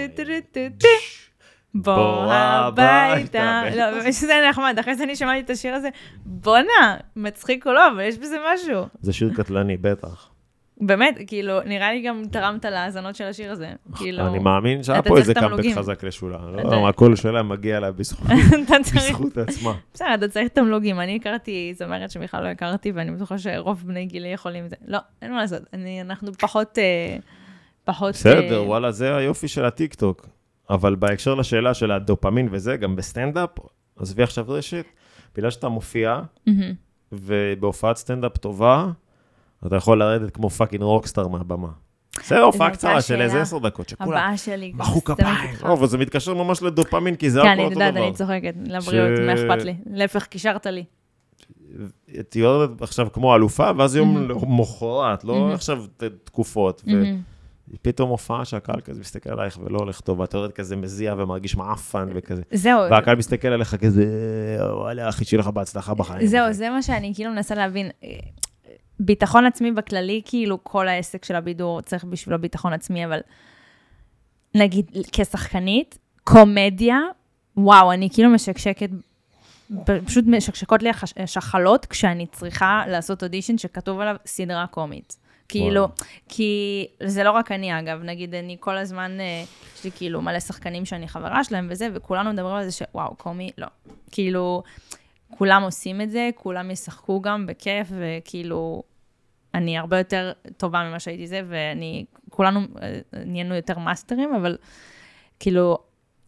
בוא הביתה. לא, באמת שזה נחמד, אחרי זה אני שמעתי את השיר הזה, בונה, מצחיק או לא, אבל יש בזה משהו. זה שיר קטלני, בטח. באמת, כאילו, נראה לי גם תרמת להאזנות של השיר הזה. אני מאמין שהיה פה איזה קאמבק חזק לשולה. לא, הקול שלה מגיע לה בזכות עצמה. בסדר, אתה צריך תמלוגים. אני הכרתי זמרת שבכלל לא הכרתי, ואני בטוחה שרוב בני גילי יכולים זה. לא, אין מה לעשות. אנחנו פחות... פחות... בסדר, וואלה, זה היופי של הטיקטוק. אבל בהקשר לשאלה של הדופמין וזה, גם בסטנדאפ, עזבי עכשיו רשת, בגלל שאתה מופיע, ובהופעת סטנדאפ טובה, אתה יכול לרדת כמו פאקינג רוקסטאר מהבמה. זה הופעה קצרה של איזה עשר דקות, שכולם... הבאה שלי. מחו כפיים. אבל זה מתקשר ממש לדופמין, כי זה הכל אותו דבר. כן, אני יודעת, אני צוחקת, לבריאות, מה אכפת לי? להפך, קישרת לי. את יורדת עכשיו כמו אלופה, ואז יום מוחרת, לא עכשיו תקופות. ופתאום הופעה שהקהל כזה מסתכל עלייך ולא הולך טוב, ואתה יורד כזה מזיע ומרגיש מעפן וכזה. זהו. והקהל מסתכל עליך כזה, וואלה, אחי, שיהיה לך בהצלחה בחיים. זהו, זה מה שאני כאילו מנסה להבין. ביטחון עצמי בכללי, כאילו כל העסק של הבידור צריך בשבילו ביטחון עצמי, אבל נגיד כשחקנית, קומדיה, וואו, אני כאילו משקשקת, פשוט משקשקות לי השחלות, כשאני צריכה לעשות אודישן שכתוב עליו סדרה קומית. כאילו, כי זה לא רק אני אגב, נגיד אני כל הזמן, יש לי כאילו מלא שחקנים שאני חברה שלהם וזה, וכולנו מדברים על זה שוואו, קומי, לא. כאילו, כולם עושים את זה, כולם ישחקו גם בכיף, וכאילו, אני הרבה יותר טובה ממה שהייתי זה, ואני, כולנו נהיינו יותר מאסטרים, אבל כאילו,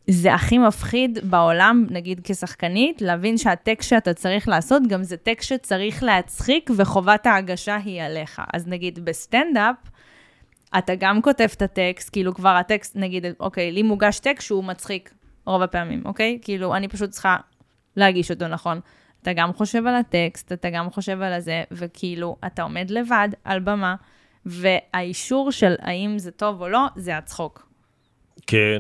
זה הכי מפחיד בעולם, נגיד כשחקנית, להבין שהטקסט שאתה צריך לעשות, גם זה טקסט שצריך להצחיק, וחובת ההגשה היא עליך. אז נגיד בסטנדאפ, אתה גם כותב את הטקסט, כאילו כבר הטקסט, נגיד, אוקיי, לי מוגש טקסט שהוא מצחיק רוב הפעמים, אוקיי? כאילו, אני פשוט צריכה להגיש אותו נכון. אתה גם חושב על הטקסט, אתה גם חושב על זה, וכאילו, אתה עומד לבד על במה, והאישור של האם זה טוב או לא, זה הצחוק. כן.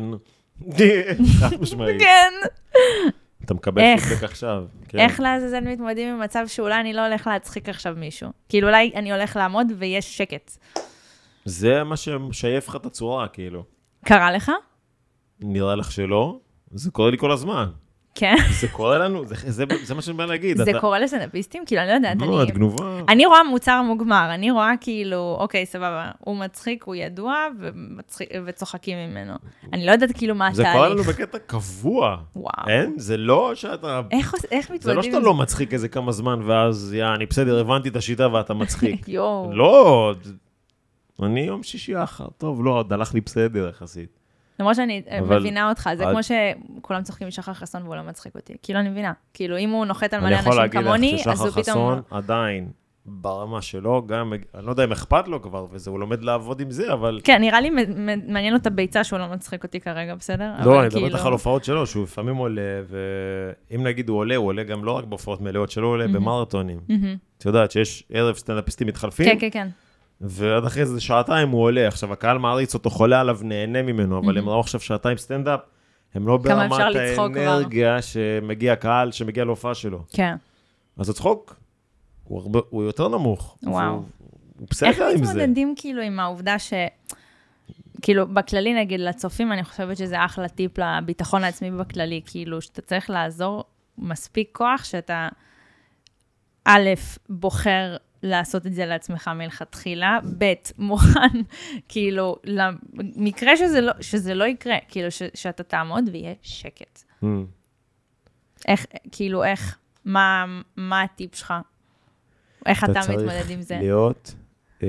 חד משמעית. כן. אתה מקבל פידבק עכשיו. איך לעזאזל מתמודדים עם מצב שאולי אני לא הולך להצחיק עכשיו מישהו? כאילו, אולי אני הולך לעמוד ויש שקט. זה מה ששייף לך את הצורה, כאילו. קרה לך? נראה לך שלא. זה קורה לי כל הזמן. כן. זה קורה לנו, זה, זה, זה מה שאני בא להגיד. זה אתה... קורה לסטנדאפיסטים? כאילו, אני לא יודעת. לא, אני... את גנובה. אני רואה מוצר מוגמר, אני רואה כאילו, אוקיי, סבבה, הוא מצחיק, הוא ידוע, ומצחיק, וצוחקים ממנו. אני לא יודעת כאילו מה התהליך. זה קורה לנו בקטע קבוע. וואו. אין? זה לא שאתה... איך, איך מתמודדים? זה לא שאתה לא מצחיק איזה כמה זמן, ואז, יא, אני בסדר, הבנתי את השיטה ואתה מצחיק. יואו. לא, אני יום שישי אחר, טוב, לא, עוד הלך לי בסדר יחסית. למרות שאני מבינה אותך, זה כמו שכולם צוחקים משחר חסון והוא לא מצחיק אותי. כאילו, אני מבינה. כאילו, אם הוא נוחת על מלא אנשים כמוני, אז הוא פתאום... אני יכול להגיד לך ששחר חסון עדיין, ברמה שלו, גם, אני לא יודע אם אכפת לו כבר, וזה, הוא לומד לעבוד עם זה, אבל... כן, נראה לי מעניין לו את הביצה שהוא לא מצחיק אותי כרגע, בסדר? לא, אני מדבר לך על הופעות שלו, שהוא לפעמים עולה, ואם נגיד הוא עולה, הוא עולה גם לא רק בהופעות מלאות שלו, הוא עולה במרתונים. את יודעת שיש ערב סטנדאפיסטים מתחלפים? כן, כן, כן. ועד אחרי זה שעתיים הוא עולה, עכשיו הקהל מעריץ אותו, חולה עליו, נהנה ממנו, אבל הם ראו עכשיו שעתיים סטנדאפ, הם לא ברמת האנרגיה שמגיע קהל, שמגיע להופעה שלו. כן. אז הצחוק הוא, הרבה, הוא יותר נמוך. וואו. הוא, הוא בסדר עם זה. איך מתמודדים כאילו עם העובדה ש... כאילו בכללי נגיד לצופים, אני חושבת שזה אחלה טיפ לביטחון העצמי בכללי, כאילו שאתה צריך לעזור מספיק כוח, שאתה א', בוחר לעשות את זה לעצמך מלכתחילה, ב', מוכן, כאילו, למקרה שזה לא, שזה לא יקרה, כאילו, ש, שאתה תעמוד ויהיה שקט. Mm. איך, כאילו, איך, מה, מה הטיפ שלך? איך אתה, אתה מתמודד עם זה? אתה צריך להיות, אה,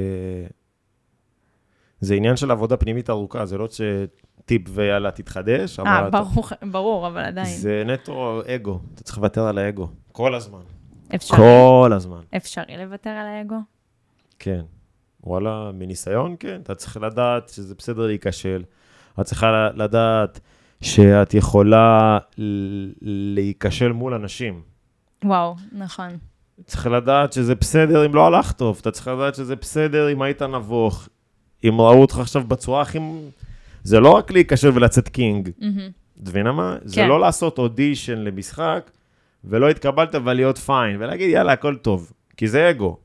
זה עניין של עבודה פנימית ארוכה, זה לא שטיפ ויאללה תתחדש, אבל... אה, ברור, ברור, אבל עדיין. זה נטו אגו, אתה צריך לוותר על האגו, כל הזמן. אפשרי. כל הזמן. אפשרי לוותר על האגו? כן. וואלה, מניסיון, כן. אתה צריך לדעת שזה בסדר להיכשל. את צריכה לדעת שאת יכולה להיכשל מול אנשים. וואו, נכון. צריך לדעת שזה בסדר אם לא הלך טוב. אתה צריך לדעת שזה בסדר אם היית נבוך. אם ראו אותך עכשיו בצורה הכי... זה לא רק להיכשל ולצאת קינג. דבינה מה? זה לא לעשות אודישן למשחק, ולא התקבלת ולהיות פיין, ולהגיד, יאללה, הכל טוב, כי זה אגו.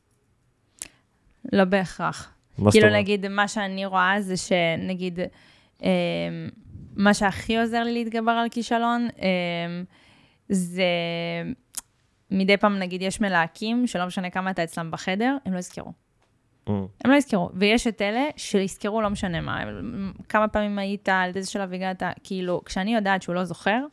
לא בהכרח. כאילו, נגיד, מה שאני רואה זה שנגיד, מה שהכי עוזר לי להתגבר על כישלון, זה מדי פעם, נגיד, יש מלהקים, שלא משנה כמה אתה אצלם בחדר, הם לא יזכרו. הם לא יזכרו. ויש את אלה שיזכרו לא משנה מה. כמה פעמים היית, על איזה שלב הגעת, כאילו, כשאני יודעת שהוא לא זוכר,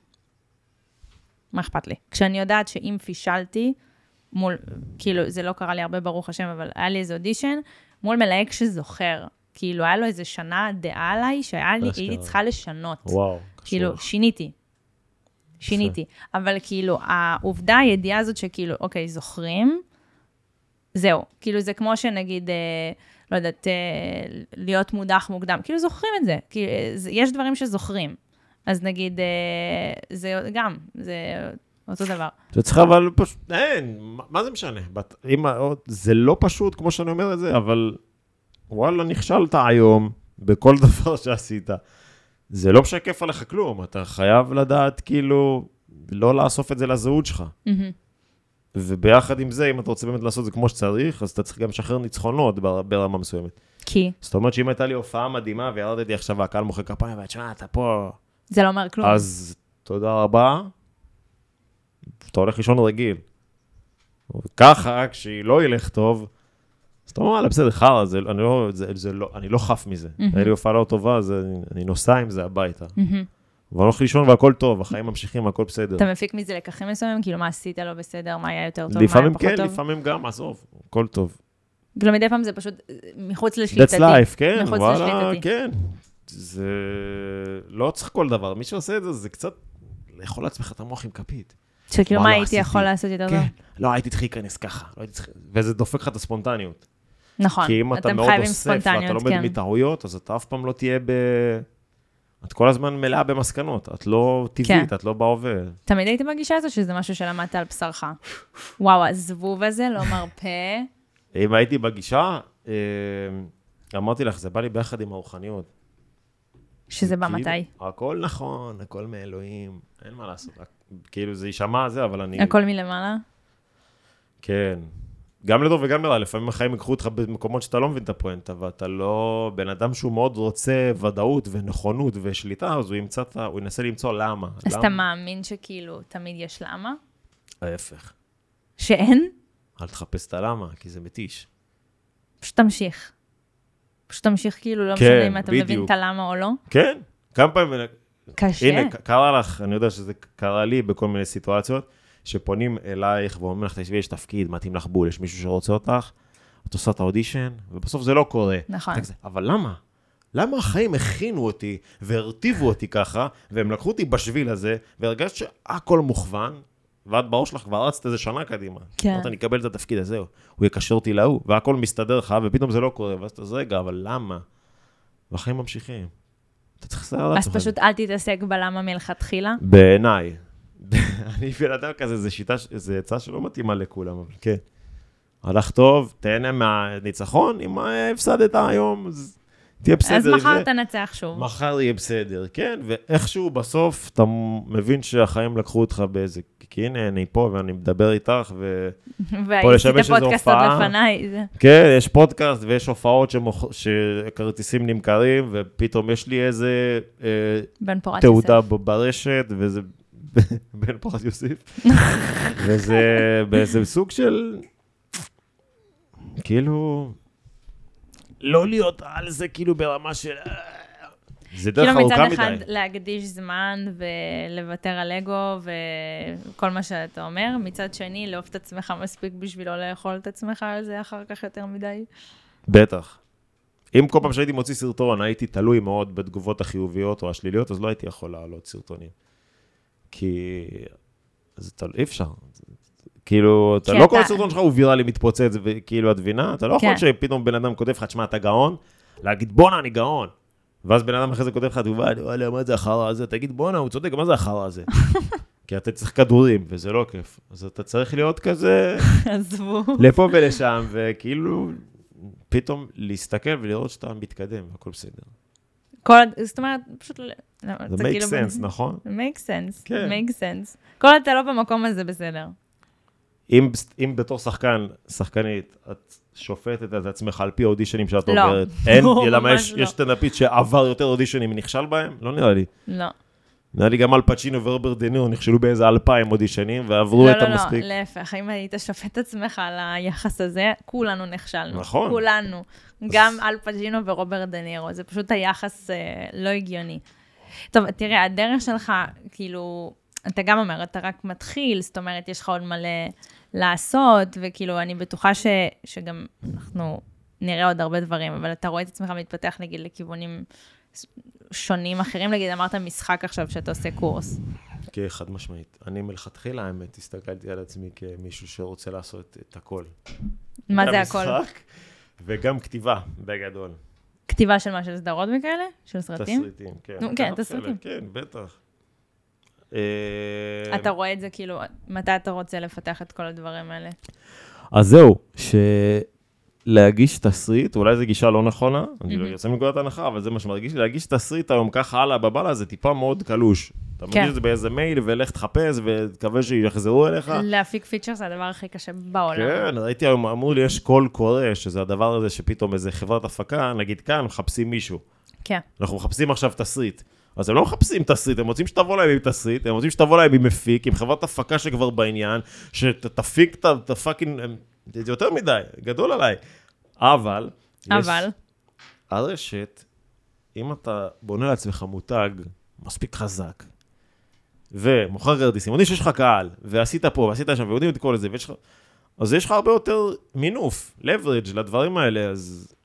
מה אכפת לי? כשאני יודעת שאם פישלתי, מול, כאילו, זה לא קרה לי הרבה ברוך השם, אבל היה לי איזה אודישן, מול מלהק שזוכר. כאילו, היה לו איזה שנה דעה עליי, שהיה לי, הייתי צריכה לשנות. וואו, קשור. כאילו, שיניתי. שיניתי. אבל כאילו, העובדה, הידיעה הזאת שכאילו, אוקיי, זוכרים, זהו. כאילו, זה כמו שנגיד, אה, לא יודעת, אה, להיות מודח מוקדם. כאילו, זוכרים את זה. כאילו, יש דברים שזוכרים. אז נגיד, זה גם, זה אותו דבר. זה צריך אבל פשוט, אין, מה זה משנה? זה לא פשוט, כמו שאני אומר את זה, אבל וואלה, נכשלת היום בכל דבר שעשית. זה לא משקף עליך כלום, אתה חייב לדעת כאילו, לא לאסוף את זה לזהות שלך. וביחד עם זה, אם אתה רוצה באמת לעשות את זה כמו שצריך, אז אתה צריך גם לשחרר ניצחונות ברמה מסוימת. כי? זאת אומרת שאם הייתה לי הופעה מדהימה, וירדתי עכשיו והקהל מוחא כפיים, ואת שמה, אתה פה... זה לא אומר כלום. אז תודה רבה, אתה הולך לישון רגיל. וככה, כשהיא לא ילך טוב, אז אתה אומר, בסדר, חרא, זה, אני, לא, זה, זה לא, אני לא חף מזה. היה לי הופעה לא טובה, אז אני, אני נוסע עם זה הביתה. ואני הולך לישון והכל טוב, החיים ממשיכים, הכל בסדר. אתה מפיק מזה לקחים מסוימים? כאילו, מה עשית לא בסדר, מה היה יותר טוב, מה היה פחות טוב? לפעמים כן, לפעמים גם, עזוב, הכל טוב. כאילו, מדי פעם זה פשוט מחוץ לשליטתי. That's life, כן, וואלה, כן. זה לא צריך כל דבר. מי שעושה את זה, זה קצת לאכול לעצמך את המוח עם כפית. שכאילו מה הייתי יכול לעשות יותר טוב? לא, הייתי צריך להיכנס ככה. וזה דופק לך את הספונטניות. נכון. כי אם אתה מאוד אוסף ואתה לומד מטעויות, אז אתה אף פעם לא תהיה ב... את כל הזמן מלאה במסקנות. את לא טבעית, את לא בהווה. תמיד הייתי בגישה הזו שזה משהו שלמדת על בשרך. וואו, הזבוב הזה לא מרפא. אם הייתי בגישה, אמרתי לך, זה בא לי ביחד עם הרוחניות. שזה בא מתי? הכל נכון, הכל מאלוהים, אין מה לעשות. כאילו זה יישמע זה, אבל אני... הכל מלמעלה? כן. גם לדור וגם לרע, לפעמים החיים יקחו אותך במקומות שאתה לא מבין את הפואנטה, ואתה לא... בן אדם שהוא מאוד רוצה ודאות ונכונות ושליטה, אז הוא ימצא, הוא ינסה למצוא למה. אז אתה מאמין שכאילו תמיד יש למה? ההפך. שאין? אל תחפש את הלמה, כי זה מתיש. פשוט תמשיך. פשוט תמשיך כאילו, לא משנה אם אתה מבין את הלמה או לא. כן, כמה פעמים... קשה. הנה, קרה לך, אני יודע שזה קרה לי בכל מיני סיטואציות, שפונים אלייך ואומרים לך, תשבי, יש תפקיד, מתאים לך בול, יש מישהו שרוצה אותך, את עושה את האודישן, ובסוף זה לא קורה. נכון. אבל למה? למה החיים הכינו אותי והרטיבו אותי ככה, והם לקחו אותי בשביל הזה, והרגשת שהכל מוכוון, ואת בראש שלך כבר רצת איזה שנה קדימה. כן. אתה נקבל את התפקיד הזה, הוא יקשר אותי להוא, והכל מסתדר לך, ופתאום זה לא קורה, ואז אתה זה רגע, אבל למה? והחיים ממשיכים. אתה צריך לסייע לעצמך. אז פשוט אל תתעסק בלמה מלכתחילה? בעיניי. אני בן אדם כזה, זו שיטה, זו עצה שלא מתאימה לכולם, אבל כן. הלך טוב, תהנה מהניצחון, אם הפסדת היום, אז תהיה בסדר. אז מחר תנצח שוב. מחר יהיה בסדר, כן, ואיכשהו בסוף אתה מבין שהחיים לקחו אותך באיזה, כי הנה, אני פה ואני מדבר איתך, ופה לשמש איזו הופעה. כן, יש פודקאסט ויש הופעות שכרטיסים נמכרים, ופתאום יש לי איזה תעודה ברשת, וזה בן פורת יוסיף, וזה באיזה סוג של, כאילו... לא להיות על זה כאילו ברמה של... זה דרך ארוכה מדי. כאילו מצד אחד להקדיש זמן ולוותר על אגו וכל מה שאתה אומר, מצד שני לאהוב את עצמך מספיק בשביל לא לאכול את עצמך על זה אחר כך יותר מדי. בטח. אם כל פעם שהייתי מוציא סרטון, הייתי תלוי מאוד בתגובות החיוביות או השליליות, אז לא הייתי יכול לעלות סרטונים. כי... זה תלוי, אי אפשר. כאילו, אתה לא כל הסרטון שלך הוא ויראלי מתפוצץ, וכאילו את בינה, אתה לא יכול שפתאום בן אדם כותב לך, תשמע, אתה גאון, להגיד, בונה, אני גאון. ואז בן אדם אחרי זה כותב לך, תגובה, וואלה, מה זה החרא הזה? תגיד, בונה, הוא צודק, מה זה החרא הזה? כי אתה צריך כדורים, וזה לא כיף. אז אתה צריך להיות כזה... עזבו. לפה ולשם, וכאילו, פתאום להסתכל ולראות שאתה מתקדם, הכל בסדר. זאת אומרת, פשוט... זה make sense, נכון? make sense, make sense. כל עוד אתה לא במקום הזה בסדר. אם, אם בתור שחקן, שחקנית, את שופטת את עצמך על פי האודישנים שאת לא. עוברת, אין, למה יש, לא. יש סטנדאפיסט שעבר יותר אודישנים, נכשל בהם? לא נראה לי. לא. נראה לי גם אל פצ'ינו ורוברט דה נירו נכשלו באיזה אלפיים אודישנים, ועברו לא, את לא, המספיק. לא, לא, להפך, אם היית שופט עצמך על היחס הזה, כולנו נכשלנו. נכון. כולנו. גם אל פצ'ינו ורוברט דה נירו, זה פשוט היחס אה, לא הגיוני. טוב, תראה, הדרך שלך, כאילו... אתה גם אומר, אתה רק מתחיל, זאת אומרת, יש לך עוד מלא לעשות, וכאילו, אני בטוחה ש, שגם אנחנו נראה עוד הרבה דברים, אבל אתה רואה את עצמך מתפתח, נגיד, לכיוונים שונים אחרים, נגיד, אמרת משחק עכשיו שאתה עושה קורס. כן, חד משמעית. אני מלכתחילה, האמת, הסתכלתי על עצמי כמישהו שרוצה לעשות את הכל. מה זה הכל? גם משחק וגם כתיבה, בגדול. כתיבה של מה, של סדרות וכאלה? של סרטים? תסריטים, כן. כן, תסריטים. כן, בטח. אתה רואה את זה כאילו, מתי אתה רוצה לפתח את כל הדברים האלה? אז זהו, שלהגיש תסריט, אולי זו גישה לא נכונה, אני לא יוצא מנקודת הנחה, אבל זה מה שמרגיש לי, להגיש תסריט היום ככה הלאה בבעלה, זה טיפה מאוד קלוש. אתה מגיש את זה באיזה מייל, ולך תחפש, ותקווה שיחזרו אליך. להפיק פיצ'ר זה הדבר הכי קשה בעולם. כן, ראיתי היום, אמרו לי, יש קול קורא, שזה הדבר הזה שפתאום איזה חברת הפקה, נגיד כאן, מחפשים מישהו. כן. אנחנו מחפשים עכשיו תסריט. אז הם לא מחפשים תסריט, הם רוצים שתבוא להם עם תסריט, הם רוצים שתבוא להם עם מפיק, עם חברת הפקה שכבר בעניין, שתפיק את הפאקינג, זה יותר מדי, גדול עליי. אבל, אבל, הרשת, אם אתה בונה לעצמך מותג מספיק חזק, ומוכר כרטיסים, יודעים שיש לך קהל, ועשית פה, ועשית שם, ויודעים את כל זה, ויש לך, אז יש לך הרבה יותר מינוף, leverage לדברים האלה, אז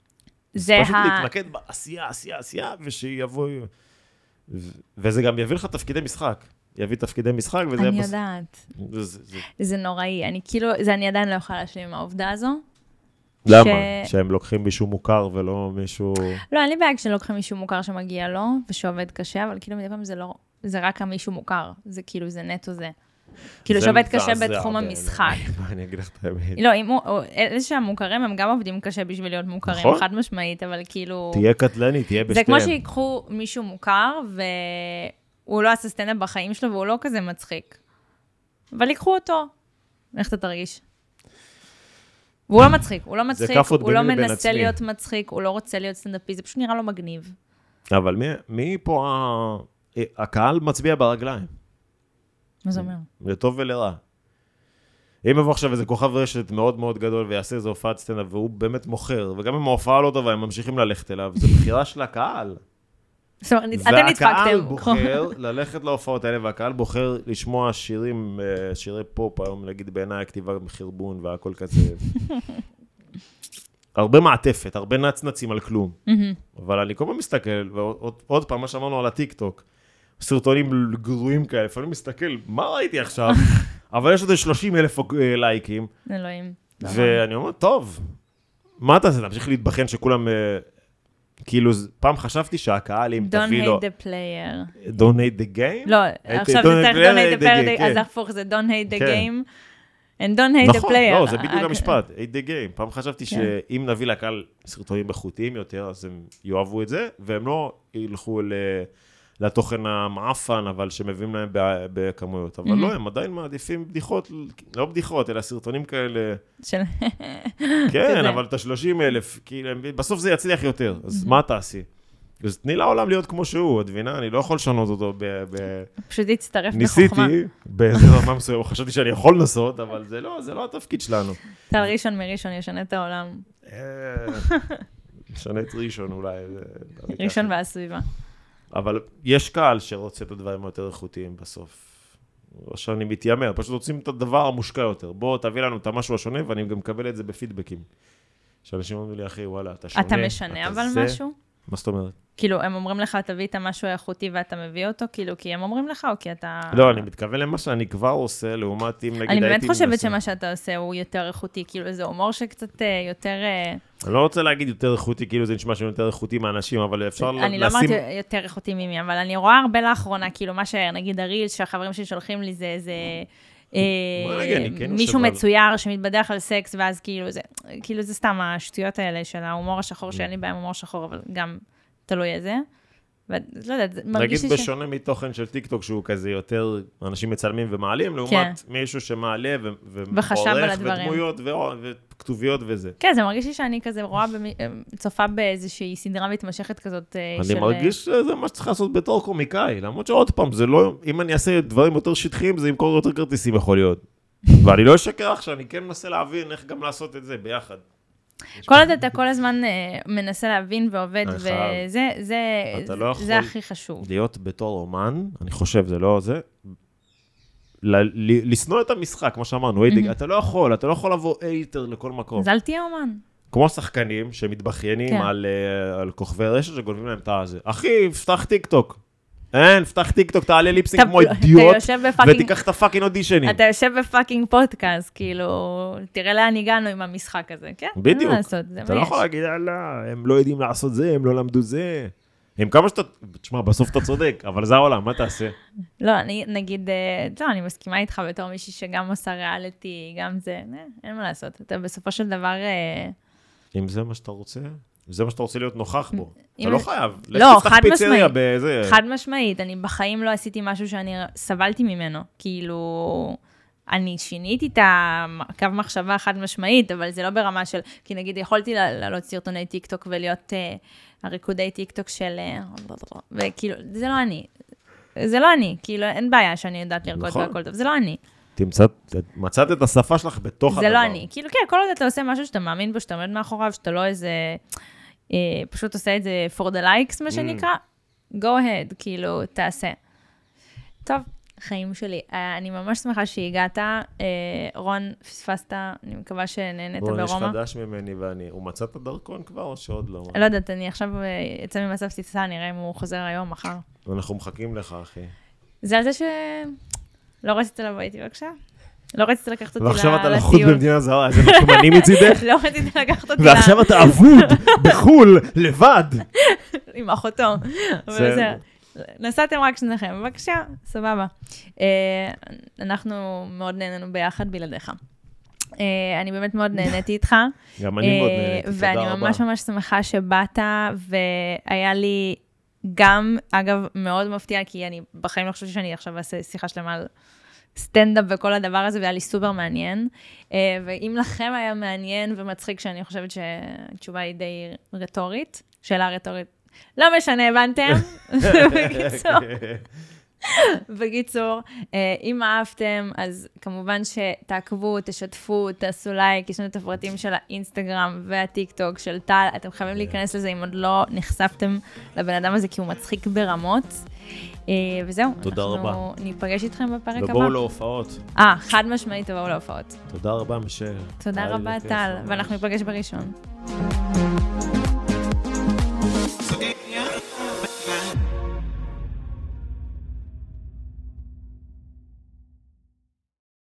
זה פשוט ה... להתמקד בעשייה, עשייה, עשייה, ושיבוא... וזה גם יביא לך תפקידי משחק. יביא תפקידי משחק, וזה... אני יודעת. זה נוראי. אני כאילו, זה אני עדיין לא יכולה להשלים עם העובדה הזו. למה? שהם לוקחים מישהו מוכר ולא מישהו... לא, אין לי בעיה כשלוקחים מישהו מוכר שמגיע לו, ושעובד קשה, אבל כאילו מדי פעם זה לא... זה רק המישהו מוכר. זה כאילו, זה נטו זה. כאילו שעובד קשה בתחום המשחק. אני אגיד לך את האמת. לא, אלה שהמוכרים, הם גם עובדים קשה בשביל להיות מוכרים, חד משמעית, אבל כאילו... תהיה קטלני, תהיה בשתיהם. זה כמו שיקחו מישהו מוכר, והוא לא עשה סטנדאפ בחיים שלו, והוא לא כזה מצחיק. אבל ייקחו אותו. איך אתה תרגיש? והוא לא מצחיק, הוא לא מצחיק, הוא לא מנסה להיות מצחיק, הוא לא רוצה להיות סטנדאפיסט, זה פשוט נראה לו מגניב. אבל מי פה... הקהל מצביע ברגליים. מה זה אומר? לטוב ולרע. אם יבוא עכשיו איזה כוכב רשת מאוד מאוד גדול ויעשה איזו הופעת סטנדאפ, והוא באמת מוכר, וגם אם ההופעה לא טובה, הם ממשיכים ללכת אליו, זה בחירה של הקהל. זאת אומרת, אתם נדפקתם. והקהל בוחר ללכת להופעות האלה, והקהל בוחר לשמוע שירים, שירי פופ, היום נגיד בעיניי הכתיבה מחרבון והכל כזה. הרבה מעטפת, הרבה נצנצים על כלום. אבל אני כל פעם מסתכל, ועוד פעם מה שאמרנו על הטיק-טוק, סרטונים גרועים כאלה, לפעמים מסתכל, מה ראיתי עכשיו? אבל יש עוד שלושים אלף לייקים. אלוהים. ואני אומר, טוב, מה אתה עושה? תמשיך להתבחן שכולם, כאילו, פעם חשבתי שהקהל, אם תביא לו... Don't hate the player. Don't hate the game? לא, עכשיו זה צריך don't hate the player, אז הפוך זה don't hate the game. And don't hate the player. נכון, לא, זה בדיוק המשפט, hate the game. פעם חשבתי שאם נביא לקהל סרטונים איכותיים יותר, אז הם יאהבו את זה, והם לא ילכו לתוכן המעפן, אבל שמביאים להם בכמויות. אבל לא, הם עדיין מעדיפים בדיחות, לא בדיחות, אלא סרטונים כאלה. כן, אבל את ה-שלושים אלף, בסוף זה יצליח יותר, אז מה תעשי? אז תני לעולם להיות כמו שהוא, הדבינה, אני לא יכול לשנות אותו ב... פשוט יצטרף בחוכמה. ניסיתי, באיזה רמה מסוים, חשבתי שאני יכול לנסות, אבל זה לא, זה לא התפקיד שלנו. טל ראשון מראשון ישנה את העולם. ישנה את ראשון אולי. ראשון והסביבה. אבל יש קהל שרוצה את הדברים היותר איכותיים בסוף. או שאני מתיימר, פשוט רוצים את הדבר המושקע יותר. בוא, תביא לנו את המשהו השונה, ואני גם מקבל את זה בפידבקים. שאנשים אומרים לי, אחי, וואלה, אתה שונה. אתה משנה אבל משהו? מה זאת אומרת? כאילו, הם אומרים לך, תביא את המשהו האיכותי ואתה מביא אותו, כאילו, כי הם אומרים לך, או כי אתה... לא, אני מתכוון למה שאני כבר עושה, לעומת אם נגיד... אני באמת חושבת שמה שאתה עושה הוא יותר איכותי, כאילו, זה הומור שקצת יותר... אני לא רוצה להגיד יותר איכותי, כאילו זה נשמע שהוא יותר איכותי מהאנשים, אבל אפשר לשים... אני לא אמרתי יותר איכותי ממי, אבל אני רואה הרבה לאחרונה, כאילו, מה שנגיד הרילס, שהחברים שלי שולחים לי, זה... מישהו מצויר שמתבדח על סקס, ואז כאילו זה... כאילו זה סתם השטויות האלה של ההומור השחור, שאין לי בהם הומור שחור, אבל גם תלוי איזה. ולא יודעת, מרגיש לי ש... נגיד בשונה מתוכן של טיקטוק, שהוא כזה יותר אנשים מצלמים ומעלים, לעומת מישהו שמעלה ועורך ודמויות וכתוביות וזה. כן, זה מרגיש לי שאני כזה רואה, צופה באיזושהי סדרה מתמשכת כזאת של... אני מרגיש שזה מה שצריך לעשות בתור קומיקאי, למרות שעוד פעם, זה לא... אם אני אעשה דברים יותר שטחיים, זה ימכור יותר כרטיסים יכול להיות. ואני לא אשקר לך שאני כן מנסה להבין איך גם לעשות את זה ביחד. כל עוד אתה כל הזמן מנסה להבין ועובד, וזה זה הכי חשוב. להיות בתור אומן, אני חושב, זה לא זה, לסנוע את המשחק, כמו שאמרנו, אתה לא יכול, אתה לא יכול לבוא אייטר לכל מקום. אז אל תהיה אומן. כמו שחקנים שמתבחיינים על כוכבי רשת שגונבים להם את הזה. אחי, פתח טיק טוק. אין, פתח טיק טוק, תעלה ליפסינג כמו אידיוט, ותיקח את הפאקינג אודישנים. אתה יושב בפאקינג פודקאסט, כאילו, תראה לאן הגענו עם המשחק הזה, כן? בדיוק. אתה לא יכול להגיד, יאללה, הם לא יודעים לעשות זה, הם לא למדו זה. הם כמה שאתה, תשמע, בסוף אתה צודק, אבל זה העולם, מה תעשה? לא, אני נגיד, לא, אני מסכימה איתך בתור מישהי שגם עושה ריאליטי, גם זה, אין מה לעשות. אתה בסופו של דבר... אם זה מה שאתה רוצה... זה מה שאתה רוצה להיות נוכח בו. אתה לא חייב. לא, חד משמעית. חד משמעית. אני בחיים לא עשיתי משהו שאני סבלתי ממנו. כאילו, אני שיניתי את הקו מחשבה חד משמעית, אבל זה לא ברמה של, כי נגיד יכולתי לעלות סרטוני טיק טוק ולהיות הריקודי טיק טוק של, וכאילו, זה לא אני. זה לא אני. כאילו, אין בעיה שאני יודעת לרקוד והכל טוב. זה לא אני. מצאת את השפה שלך בתוך הדבר. זה לא אני. כאילו, כן, כל עוד אתה עושה משהו שאתה מאמין בו, שאתה עומד מאחוריו, שאתה לא איזה, פשוט עושה את זה for the likes, מה שנקרא, go ahead, כאילו, תעשה. טוב, חיים שלי. אני ממש שמחה שהגעת. רון, פספסת, אני מקווה שנהנית ברומא. רון, יש חדש ממני ואני, הוא מצא את הדרכון כבר או שעוד לא? לא יודעת, אני עכשיו יצא ממצב טיסה, נראה אם הוא חוזר היום, מחר. ואנחנו מחכים לך, אחי. זה על זה ש... לא רצית לבוא איתי, בבקשה? לא רציתי לקחת אותי לטיול. ועכשיו אתה לחוץ במדינה זרה, אז אנחנו מנים מצידך? לא רציתי לקחת אותי. ועכשיו אתה אבוד בחול, לבד. עם אחותו. בסדר. נסעתם רק שניכם, בבקשה, סבבה. אנחנו מאוד נהנינו ביחד בלעדיך. אני באמת מאוד נהניתי איתך. גם אני מאוד נהניתי, תודה רבה. ואני ממש ממש שמחה שבאת, והיה לי גם, אגב, מאוד מפתיע, כי אני בחיים לא חושבת שאני עכשיו אעשה שיחה שלמה על סטנדאפ וכל הדבר הזה, והיה לי סופר מעניין. ואם לכם היה מעניין ומצחיק, שאני חושבת שהתשובה היא די רטורית, שאלה רטורית, לא משנה, הבנתם? בקיצור, בקיצור, אם אהבתם, אז כמובן שתעקבו, תשתפו, תעשו לייק, יש לנו את הפרטים של האינסטגרם והטיק טוק של טל, אתם חייבים להיכנס לזה אם עוד לא נחשפתם לבן אדם הזה, כי הוא מצחיק ברמות. וזהו, אנחנו ניפגש איתכם בפרק הבא. ובואו להופעות. אה, חד משמעית, תבואו להופעות. תודה רבה, משל. תודה רבה, טל, ואנחנו ניפגש בראשון.